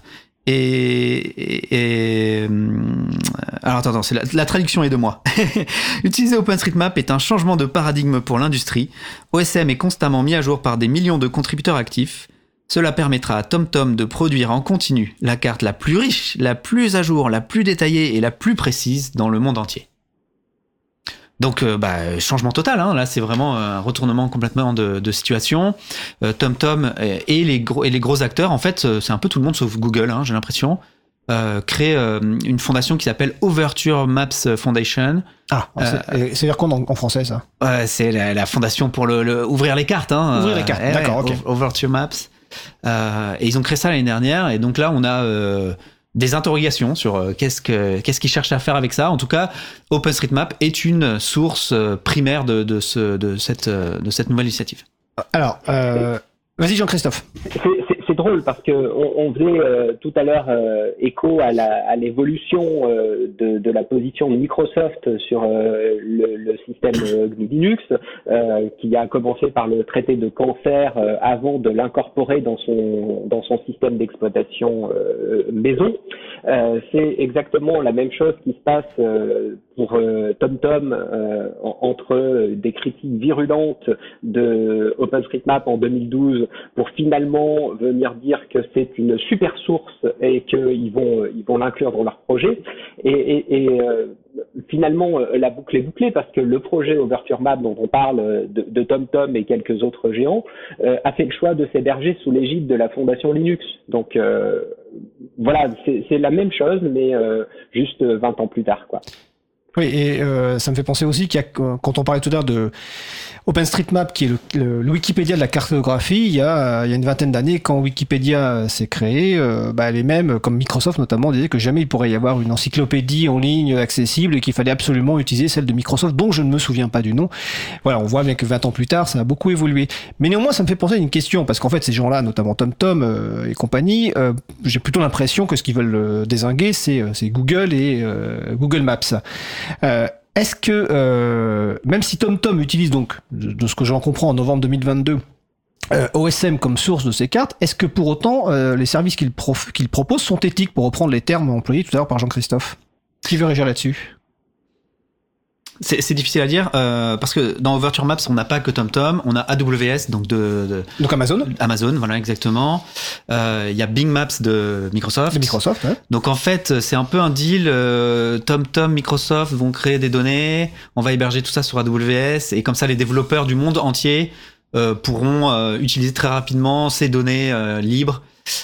alors attends, c'est la traduction est de moi. Utiliser OpenStreetMap est un changement de paradigme pour l'industrie. OSM est constamment mis à jour par des millions de contributeurs actifs. Cela permettra à TomTom de produire en continu la carte la plus riche, la plus à jour, la plus détaillée et la plus précise dans le monde entier. Donc, changement total, hein. Là, c'est vraiment un retournement complètement de situation. TomTom et les gros acteurs, en fait, c'est un peu tout le monde sauf Google, hein, j'ai l'impression, créent une fondation qui s'appelle Overture Maps Foundation. Ah, c'est-à-dire quoi en français, ça? C'est la fondation pour ouvrir les cartes, hein. Ouvrir les cartes, d'accord, ok. Overture Maps. Et ils ont créé ça l'année dernière, et donc là, on a des interrogations sur qu'est-ce qu'ils cherchent à faire avec ça. En tout cas, OpenStreetMap est une source primaire de cette nouvelle initiative. Alors, vas-y Jean-Christophe. C'est drôle parce que on faisait tout à l'heure écho à l'évolution de la position de Microsoft sur le système GNU Linux, qui a commencé par le traité de Cancer avant de l'incorporer dans son système d'exploitation maison. C'est exactement la même chose qui se passe pour TomTom entre des critiques virulentes de OpenStreetMap en 2012 pour finalement venir dire que c'est une super source et qu'ils vont l'inclure dans leur projet. Et finalement, la boucle est bouclée parce que le projet Overture Map dont on parle de TomTom et quelques autres géants a fait le choix de s'héberger sous l'égide de la fondation Linux. Donc voilà, c'est la même chose, mais juste 20 ans plus tard, quoi. Oui, et ça me fait penser aussi qu'il y a, quand on parlait tout à l'heure de OpenStreetMap, qui est le Wikipédia de la cartographie, il y a une vingtaine d'années, quand Wikipédia s'est créé, les mêmes, comme Microsoft notamment, disaient que jamais il pourrait y avoir une encyclopédie en ligne accessible et qu'il fallait absolument utiliser celle de Microsoft, dont je ne me souviens pas du nom. Voilà, on voit bien que 20 ans plus tard, ça a beaucoup évolué. Mais néanmoins, ça me fait penser à une question, parce qu'en fait, ces gens-là, notamment TomTom et compagnie, j'ai plutôt l'impression que ce qu'ils veulent dézinguer, c'est Google et Google Maps. Est-ce que, même si TomTom utilise donc, de ce que j'en comprends, en novembre 2022, OSM comme source de ces cartes, est-ce que pour autant les services qu'il propose sont éthiques, pour reprendre les termes employés tout à l'heure par Jean-Christophe? Qui veut réagir là-dessus? C'est difficile à dire parce que dans Overture Maps on n'a pas que TomTom, on a AWS donc donc Amazon, voilà exactement. Il y a Bing Maps de Microsoft. Ouais. Donc en fait c'est un peu un deal. TomTom, Microsoft vont créer des données, on va héberger tout ça sur AWS et comme ça les développeurs du monde entier pourront utiliser très rapidement ces données libres.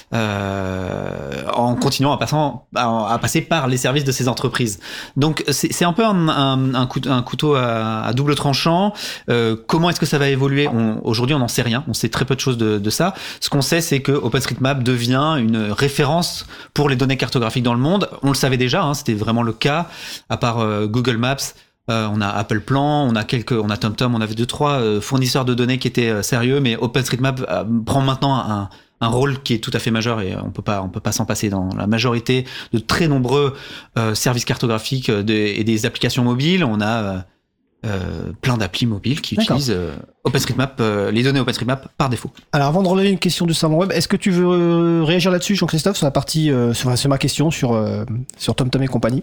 En continuant à passer par les services de ces entreprises. Donc c'est un peu un couteau à double tranchant. Comment est-ce que ça va évoluer? Aujourd'hui on n'en sait rien, on sait très peu de choses de ça. Ce qu'on sait c'est que OpenStreetMap devient une référence pour les données cartographiques dans le monde. On le savait déjà, c'était vraiment le cas, à part Google Maps. On a Apple Plan, on a TomTom, on avait 2-3 fournisseurs de données qui étaient sérieux, mais OpenStreetMap prend maintenant un rôle qui est tout à fait majeur et on peut pas s'en passer dans la majorité de très nombreux services cartographiques et des applications mobiles. On a plein d'applis mobiles qui utilisent OpenStreetMap, les données OpenStreetMap par défaut. Alors avant de relever une question du salon web, est-ce que tu veux réagir là-dessus, Jean-Christophe, sur la partie sur ma question sur TomTom et compagnie?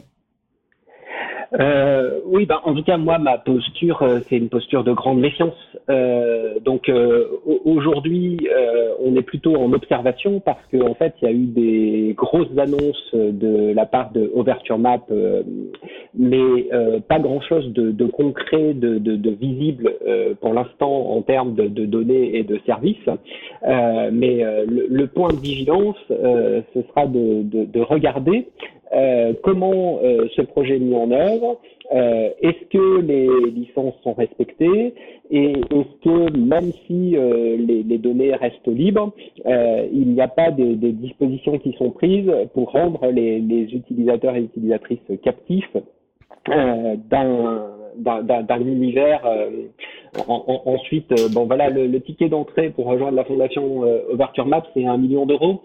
Oui, en tout cas, moi, ma posture, c'est une posture de grande méfiance. Donc, aujourd'hui, on est plutôt en observation parce que, en fait, il y a eu des grosses annonces de la part de Overture Map, mais pas grand-chose de concret, de visible pour l'instant en termes de données et de services. Mais le point de vigilance, ce sera de regarder comment ce projet est mis en œuvre, est-ce que les licences sont respectées et est-ce que même si les données restent libres, il n'y a pas des dispositions qui sont prises pour rendre les utilisateurs et utilisatrices captifs d'un univers. Ensuite, le ticket d'entrée pour rejoindre la fondation Overture Map, c'est 1 million d'euros.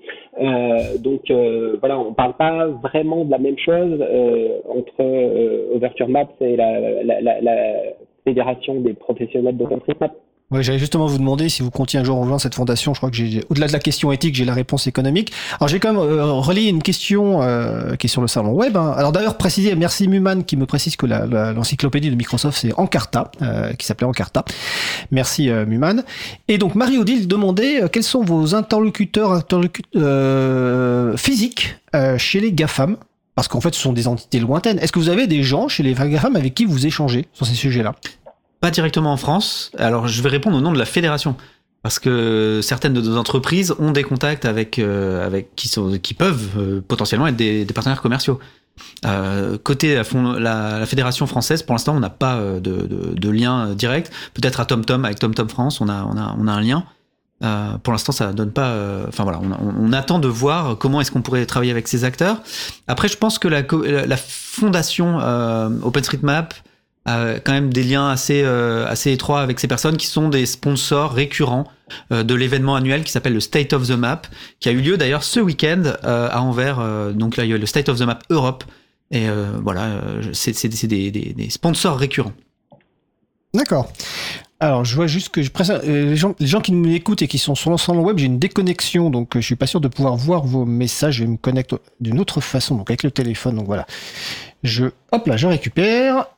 On parle pas vraiment de la même chose entre Overture Map et la fédération des professionnels d'OpenStreetMap. Ouais, j'allais justement vous demander si vous comptiez un jour rejoindre cette fondation. Je crois que au-delà de la question éthique, j'ai la réponse économique. Alors j'ai quand même relayé une question qui est sur le salon web. Alors d'ailleurs préciser, merci Muman qui me précise que l'encyclopédie de Microsoft c'est Encarta, qui s'appelait Encarta. Merci Muman. Et donc Marie-Odile demandait quels sont vos interlocuteurs physiques chez les GAFAM, parce qu'en fait ce sont des entités lointaines. Est-ce que vous avez des gens chez les GAFAM avec qui vous échangez sur ces sujets-là? Pas directement en France. Alors, je vais répondre au nom de la fédération. Parce que certaines de nos entreprises ont des contacts qui peuvent potentiellement être des partenaires commerciaux. Côté la fédération française, pour l'instant, on n'a pas de lien direct. Peut-être à TomTom, avec TomTom France, on a un lien. Pour l'instant, ça donne pas. On attend de voir comment est-ce qu'on pourrait travailler avec ces acteurs. Après, je pense que la fondation OpenStreetMap quand même des liens assez étroits avec ces personnes qui sont des sponsors récurrents de l'événement annuel qui s'appelle le State of the Map, qui a eu lieu d'ailleurs ce week-end à Anvers. Donc là, il y a le State of the Map Europe. Et c'est des sponsors récurrents. D'accord. Alors, je vois juste que les gens qui nous écoutent et qui sont sur l'ensemble web, j'ai une déconnexion, donc je suis pas sûr de pouvoir voir vos messages. Je vais me connecter d'une autre façon, donc avec le téléphone. Donc voilà. Je récupère.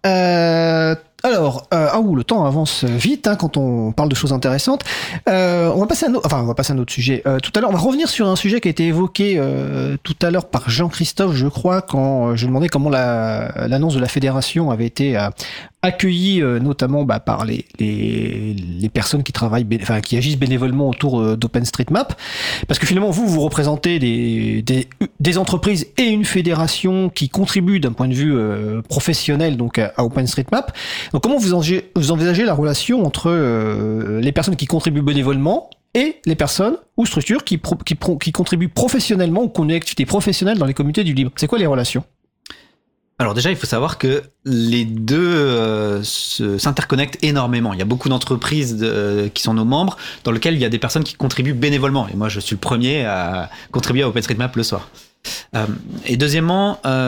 Le temps avance vite quand on parle de choses intéressantes. On va passer à un autre sujet. Tout à l'heure, on va revenir sur un sujet qui a été évoqué tout à l'heure par Jean-Christophe, je crois, quand je demandais comment l'annonce de la fédération avait été accueillie, notamment par les personnes qui travaillent, qui agissent bénévolement autour d'OpenStreetMap, parce que finalement vous représentez des entreprises et une fédération qui contribuent d'un point de vue professionnel donc à OpenStreetMap. Donc comment vous envisagez la relation entre les personnes qui contribuent bénévolement et les personnes ou structures qui contribuent professionnellement ou qui ont une activité professionnelle dans les communautés du libre? C'est quoi les relations? Alors déjà, il faut savoir que les deux s'interconnectent énormément. Il y a beaucoup d'entreprises qui sont nos membres, dans lesquelles il y a des personnes qui contribuent bénévolement. Et moi, je suis le premier à contribuer à OpenStreetMap le soir. Et deuxièmement,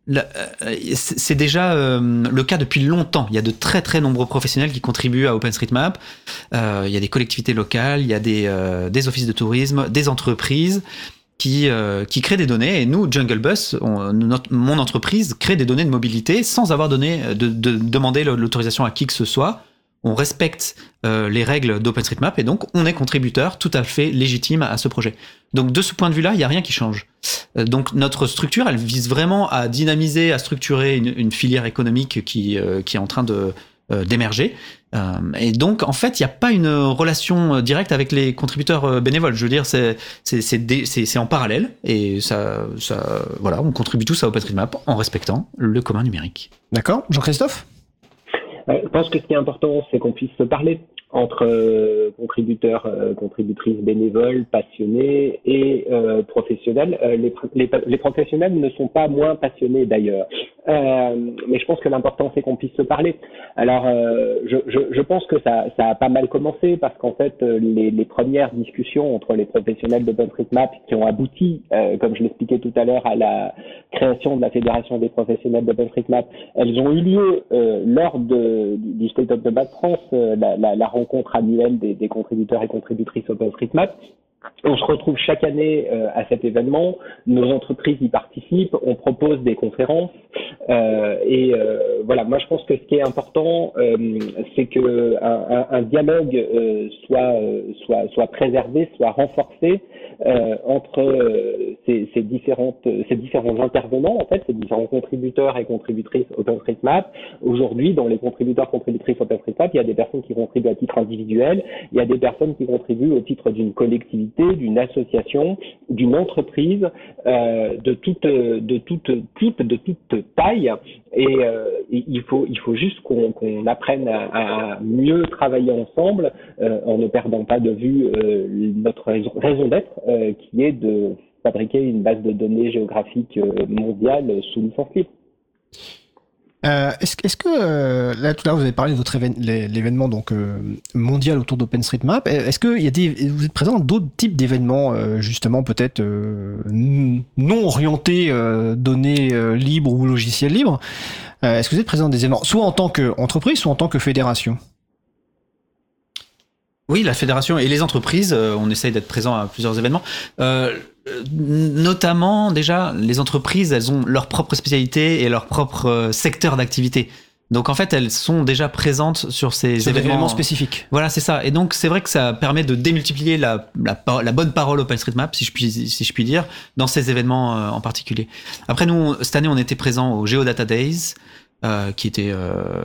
c'est déjà le cas depuis longtemps. Il y a de très très nombreux professionnels qui contribuent à OpenStreetMap. Il y a des collectivités locales, il y a des offices de tourisme, des entreprises qui créent des données. Et nous, Jungle Bus, mon entreprise, crée des données de mobilité sans avoir demandé l'autorisation à qui que ce soit. On respecte les règles d'OpenStreetMap et donc on est contributeur tout à fait légitime à ce projet. Donc de ce point de vue-là, il n'y a rien qui change. Donc notre structure, elle vise vraiment à dynamiser, à structurer une filière économique qui est en train d'émerger. Et donc en fait, il n'y a pas une relation directe avec les contributeurs bénévoles. Je veux dire, c'est en parallèle et voilà, on contribue tous à OpenStreetMap en respectant le commun numérique. D'accord, Jean-Christophe ? Je pense que ce qui est important, c'est qu'on puisse se parler entre contributeurs, contributrices bénévoles, passionnés et professionnels. Les professionnels ne sont pas moins passionnés d'ailleurs. Mais je pense que l'important, c'est qu'on puisse se parler. Alors, je pense que ça a pas mal commencé parce qu'en fait, les premières discussions entre les professionnels d'OpenStreetMap qui ont abouti, comme je l'expliquais tout à l'heure, à la création de la Fédération des professionnels d'OpenStreetMap, elles ont eu lieu lors du State of the Map France, la rencontre annuelle des contributeurs et contributrices OpenStreetMap. On se retrouve chaque année à cet événement, nos entreprises y participent, on propose des conférences voilà, moi je pense que ce qui est important, c'est que un dialogue soit préservé, soit renforcé entre ces différents intervenants, en fait, ces différents contributeurs et contributrices OpenStreetMap. Aujourd'hui, dans les contributeurs-contributrices OpenStreetMap, il y a des personnes qui contribuent à titre individuel, il y a des personnes qui contribuent au titre d'une collectivité, d'une association, d'une entreprise, de toute type, de toute taille. Et il faut juste qu'on apprenne à mieux travailler ensemble en ne perdant pas de vue notre raison d'être, qui est de fabriquer une base de données géographique mondiale sous licence libre. Est-ce que là tout à l'heure vous avez parlé de votre l'événement donc mondial autour d'OpenStreetMap. Est-ce que vous êtes présent dans d'autres types d'événements justement peut-être non orientés données libres ou logiciels libres? Est-ce que vous êtes présent dans des événements soit en tant qu'entreprise, soit en tant que fédération? Oui, la fédération et les entreprises, on essaye d'être présent à plusieurs événements. Notamment, déjà, les entreprises, elles ont leur propre spécialité et leur propre secteur d'activité. Donc, en fait, elles sont déjà présentes sur ces événements spécifiques. Voilà, c'est ça. Et donc, c'est vrai que ça permet de démultiplier la bonne parole OpenStreetMap, si je puis dire, dans ces événements en particulier. Après, nous, cette année, on était présents au Geodata Days, qui était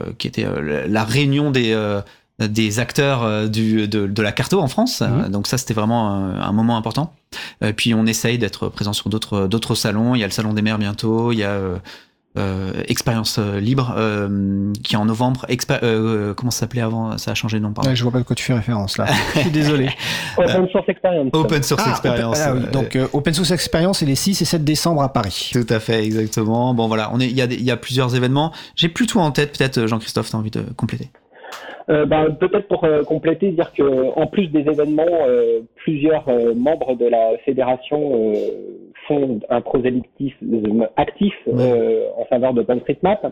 la réunion des acteurs de la carto en France. Donc ça, c'était vraiment un moment important. Puis on essaye d'être présent sur d'autres salons. Il y a le Salon des maires bientôt. Il y a Expérience Libre qui est en novembre. Comment ça s'appelait avant? Ça a changé de nom, pardon. Ouais, je vois pas de quoi tu fais référence là. Je suis désolé. Open Source Experience. Open Source Experience. Oui. Donc Open Source Experience, c'est les 6 et 7 décembre à Paris. Tout à fait, exactement. Bon voilà, il y a plusieurs événements. J'ai plus tout en tête. Peut-être Jean-Christophe, t'as envie de compléter? Peut-être pour compléter, dire que en plus des événements, plusieurs membres de la fédération font un prosélytisme actif en faveur d'OpenStreetMap.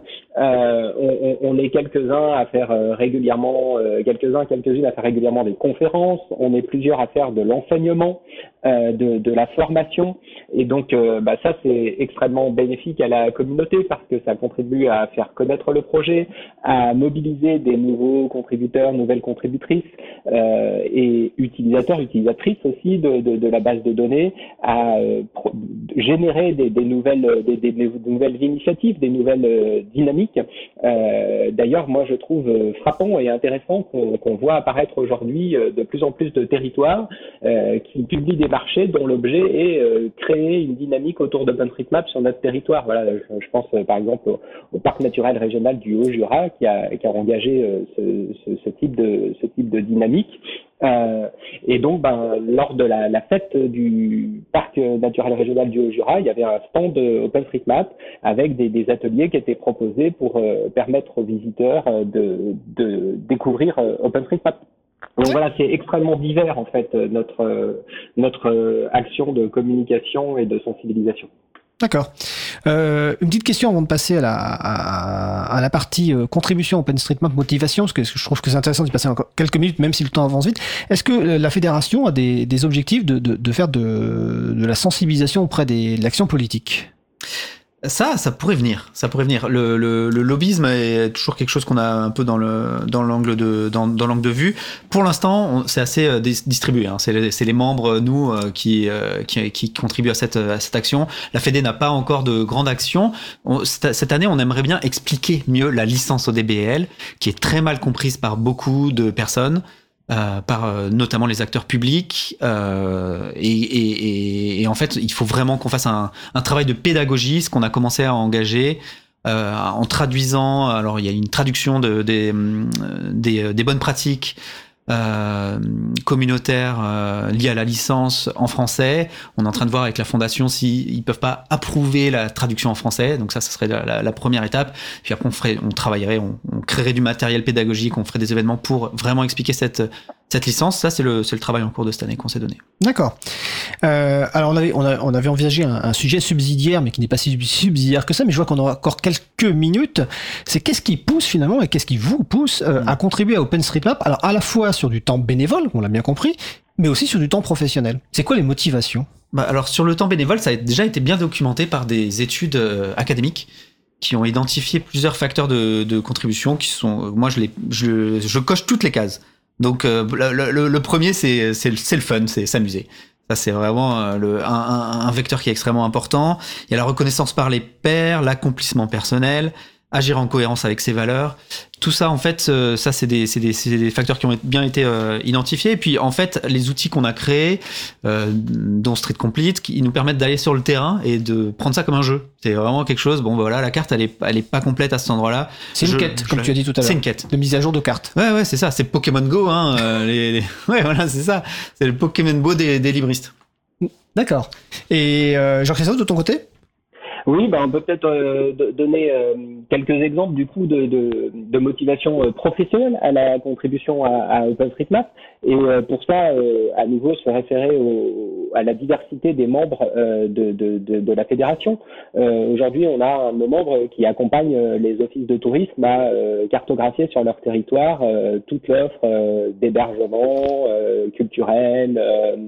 On est quelques-uns à faire régulièrement, quelques-unes à faire régulièrement des conférences. On est plusieurs à faire de l'enseignement, de la formation. Et donc, ça, c'est extrêmement bénéfique à la communauté parce que ça contribue à faire connaître le projet, à mobiliser des nouveaux contributeurs, nouvelles contributrices et utilisateurs, utilisatrices aussi de la base de données, à générer des nouvelles initiatives, des nouvelles dynamiques. D'ailleurs, moi, je trouve frappant et intéressant qu'on voit apparaître aujourd'hui de plus en plus de territoires qui publient des marchés dont l'objet est créer une dynamique autour d'OpenStreetMap sur notre territoire. Voilà, je pense par exemple au parc naturel régional du Haut-Jura qui a engagé ce type de dynamique. Et donc, lors de la fête du parc naturel régional du Haut-Jura, il y avait un stand OpenStreetMap avec des ateliers qui étaient proposés pour permettre aux visiteurs de découvrir OpenStreetMap. Donc voilà, c'est extrêmement divers en fait notre action de communication et de sensibilisation. D'accord. Une petite question avant de passer à la partie contribution OpenStreetMap motivation, parce que je trouve que c'est intéressant d'y passer encore quelques minutes, même si le temps avance vite. Est-ce que la fédération a des objectifs de faire de la sensibilisation auprès de l'action politique ? Ça pourrait venir. Le lobbyisme est toujours quelque chose qu'on a un peu dans l'angle de vue. Pour l'instant, c'est assez distribué. Hein. C'est les membres, nous, qui contribuent à cette action. La Fédé n'a pas encore de grande action. Cette année, on aimerait bien expliquer mieux la licence ODBL, qui est très mal comprise par beaucoup de personnes. Par notamment les acteurs publics et en fait il faut vraiment qu'on fasse un travail de pédagogie, ce qu'on a commencé à engager en traduisant. Alors il y a une traduction des bonnes pratiques communautaires liées à la licence en français. On est en train de voir avec la fondation s'ils peuvent pas approuver la traduction en français. Donc ça serait la première étape. Puis après on travaillerait, on créerait du matériel pédagogique, on ferait des événements pour vraiment expliquer cette licence. Ça c'est le travail en cours de cette année qu'on s'est donné. D'accord. Alors on avait envisagé un sujet subsidiaire, mais qui n'est pas si subsidiaire que ça, mais je vois qu'on aura encore quelques minutes. C'est qu'est-ce qui pousse finalement et qu'est-ce qui vous pousse à contribuer à OpenStreetMap, alors à la fois sur du temps bénévole, on l'a bien compris, mais aussi sur du temps professionnel. C'est quoi les motivations ? Alors sur le temps bénévole, ça a déjà été bien documenté par des études académiques qui ont identifié plusieurs facteurs de contribution qui sont, moi je coche toutes les cases. Donc le premier c'est le fun, c'est s'amuser. Ça c'est vraiment un vecteur qui est extrêmement important. Il y a la reconnaissance par les pairs, l'accomplissement personnel, agir en cohérence avec ses valeurs. Tout ça, en fait, ça c'est des facteurs qui ont bien été identifiés. Et puis, en fait, les outils qu'on a créés, dont Street Complete, ils nous permettent d'aller sur le terrain et de prendre ça comme un jeu. C'est vraiment quelque chose. Bon, voilà, la carte, elle est pas complète à cet endroit-là. C'est une quête, comme tu as dit tout à l'heure. C'est une quête de mise à jour de cartes. Ouais, c'est ça. C'est Pokémon Go, hein. Ouais, voilà, c'est ça. C'est le Pokémon Go des libristes. D'accord. Et Jean-Christophe, de ton côté ? Oui, on peut peut-être donner quelques exemples du coup de motivation professionnelle à la contribution à OpenStreetMap. Et pour ça, à nouveau, se référer à la diversité des membres de la fédération. Aujourd'hui, on a nos membres qui accompagnent les offices de tourisme à cartographier sur leur territoire toute l'offre d'hébergement culturel,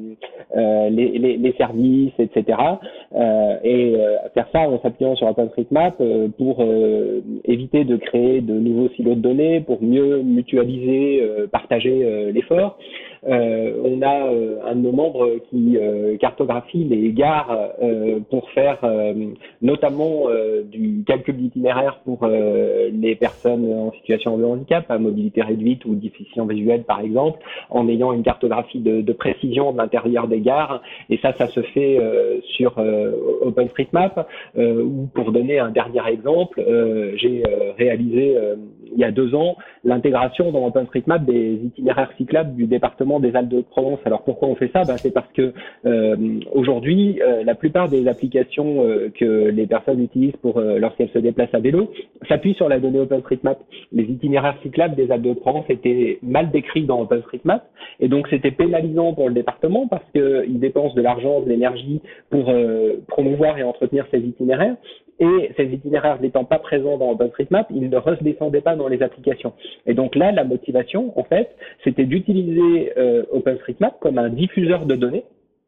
les services, etc. Et faire ça en s'appuyant sur OpenStreetMap pour éviter de créer de nouveaux silos de données, pour mieux mutualiser, partager l'effort. On a un de nos membres qui cartographie les gares pour faire notamment du calcul d'itinéraire pour les personnes en situation de handicap, à mobilité réduite ou déficient visuel par exemple, en ayant une cartographie de précision de l'intérieur des gares. Et ça se fait sur OpenStreetMap. Ou pour donner un dernier exemple, j'ai réalisé il y a 2 ans l'intégration dans OpenStreetMap des itinéraires cyclables du département des Alpes-de-Provence. Alors pourquoi on fait ça ? C'est parce que aujourd'hui, la plupart des applications que les personnes utilisent lorsqu'elles se déplacent à vélo s'appuient sur la donnée OpenStreetMap. Les itinéraires cyclables des Alpes-de-Provence étaient mal décrits dans OpenStreetMap et donc c'était pénalisant pour le département parce qu'il dépense de l'argent, de l'énergie pour promouvoir et entretenir ces itinéraires. Et ces itinéraires n'étant pas présents dans OpenStreetMap, ils ne redescendaient pas dans les applications. Et donc là, la motivation, en fait, c'était d'utiliser OpenStreetMap comme un diffuseur de données.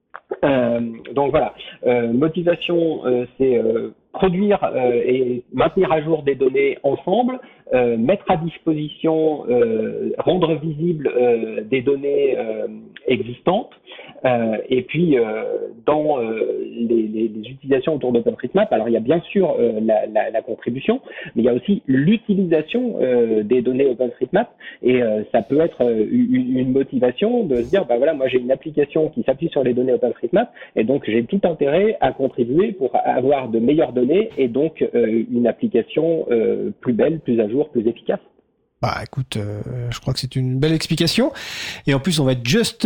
Donc voilà, motivation, c'est produire et maintenir à jour des données ensemble, mettre à disposition, rendre visibles des données existantes, et puis dans les utilisations autour d'OpenStreetMap, alors il y a bien sûr la contribution, mais il y a aussi l'utilisation des données OpenStreetMap, et ça peut être une motivation de se dire, voilà, moi j'ai une application qui s'appuie sur les données OpenStreetMap, et donc j'ai tout intérêt à contribuer pour avoir de meilleures données, et donc une application plus belle, plus à jour, plus efficace. Écoute, je crois que c'est une belle explication. Et en plus, on va être juste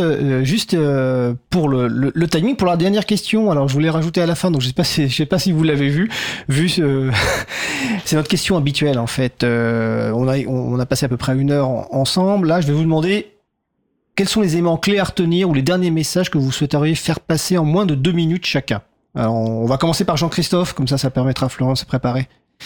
pour le timing. Pour la dernière question, alors je voulais rajouter à la fin, donc je sais pas si vous l'avez vu c'est notre question habituelle en fait. On a passé à peu près 1 heure ensemble. Là, je vais vous demander quels sont les éléments clés à retenir ou les derniers messages que vous souhaiteriez faire passer en moins de 2 minutes chacun. Alors, on va commencer par Jean-Christophe, comme ça permettra à Florian de se préparer.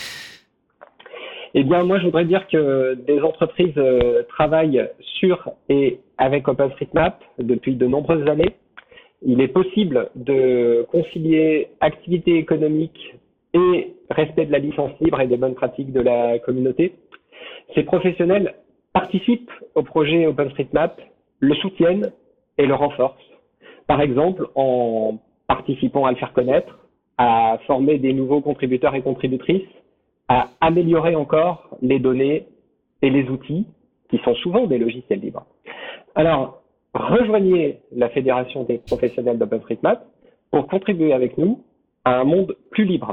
Eh bien, moi, je voudrais dire que des entreprises travaillent sur et avec OpenStreetMap depuis de nombreuses années. Il est possible de concilier activité économique et respect de la licence libre et des bonnes pratiques de la communauté. Ces professionnels participent au projet OpenStreetMap, le soutiennent et le renforcent. Par exemple, en participant à le faire connaître, à former des nouveaux contributeurs et contributrices, à améliorer encore les données et les outils qui sont souvent des logiciels libres. Alors, rejoignez la Fédération des professionnels d'OpenStreetMap pour contribuer avec nous à un monde plus libre.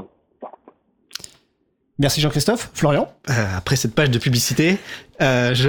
Merci Jean-Christophe. Florian ? Après cette page de publicité, je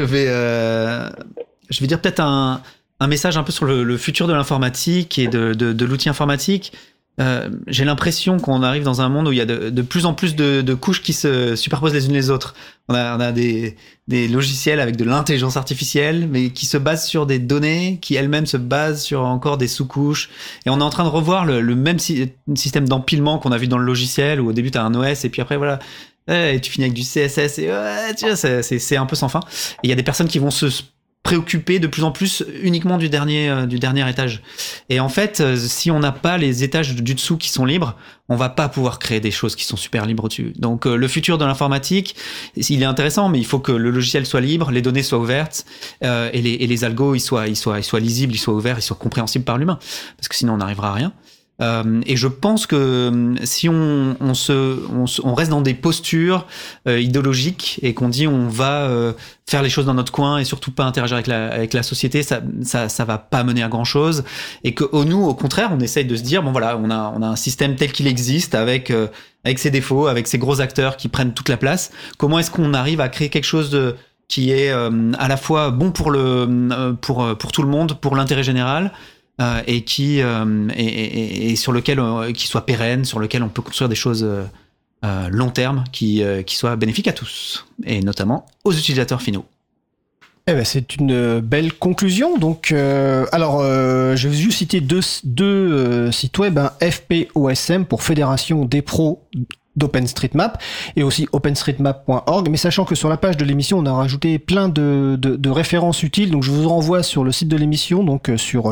vais dire peut-être un message un peu sur le futur de l'informatique et de l'outil informatique. J'ai l'impression qu'on arrive dans un monde où il y a de plus en plus de couches qui se superposent les unes les autres. On a des logiciels avec de l'intelligence artificielle, mais qui se basent sur des données, qui elles-mêmes se basent sur encore des sous-couches. Et on est en train de revoir le même système d'empilement qu'on a vu dans le logiciel, où au début tu as un OS, et puis après voilà, et tu finis avec du CSS, et tu vois, c'est un peu sans fin. Et il y a des personnes qui vont se préoccupé de plus en plus uniquement du dernier étage. Et en fait, si on n'a pas les étages du dessous qui sont libres, on va pas pouvoir créer des choses qui sont super libres au-dessus. Donc le futur de l'informatique, il est intéressant, mais il faut que le logiciel soit libre, les données soient ouvertes, et les algos ils soient lisibles, ils soient ouverts, ils soient compréhensibles par l'humain, parce que sinon on n'arrivera à rien. Et je pense que si on reste dans des postures idéologiques et qu'on dit on va faire les choses dans notre coin et surtout pas interagir avec la société, ça va pas mener à grand chose. Et que nous, au contraire, on essaye de se dire bon voilà, on a un système tel qu'il existe avec ses défauts, avec ces gros acteurs qui prennent toute la place. Comment est-ce qu'on arrive à créer quelque chose qui est à la fois bon pour tout le monde, pour l'intérêt général, et qui et sur lequel qui soit pérenne, sur lequel on peut construire des choses long terme qui soient bénéfiques à tous et notamment aux utilisateurs finaux. Eh ben, c'est une belle conclusion. Donc, je vais juste citer deux sites web, FPOSM pour Fédération des pros d'OpenStreetMap et aussi openstreetmap.org, mais sachant que sur la page de l'émission on a rajouté plein de références utiles, donc je vous renvoie sur le site de l'émission, donc sur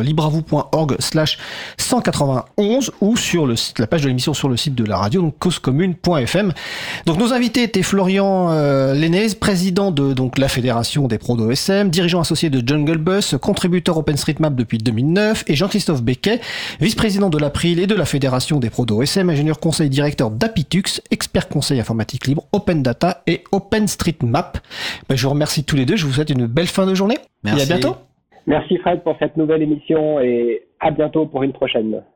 libravou.org/191 ou sur la page de l'émission sur le site de la radio, donc causecommune.fm. Donc nos invités étaient Florian Lenez, président de donc la Fédération des pros d'OSM, dirigeant associé de Jungle Bus, contributeur OpenStreetMap depuis 2009, et Jean-Christophe Becquet, vice-président de l'April et de la Fédération des pros d'OSM, ingénieur conseil directeur d'Apitux, expert conseil informatique libre, Open Data et OpenStreetMap. Je vous remercie tous les deux, je vous souhaite une belle fin de journée. Merci. Et à bientôt. Merci Fred pour cette nouvelle émission et à bientôt pour une prochaine.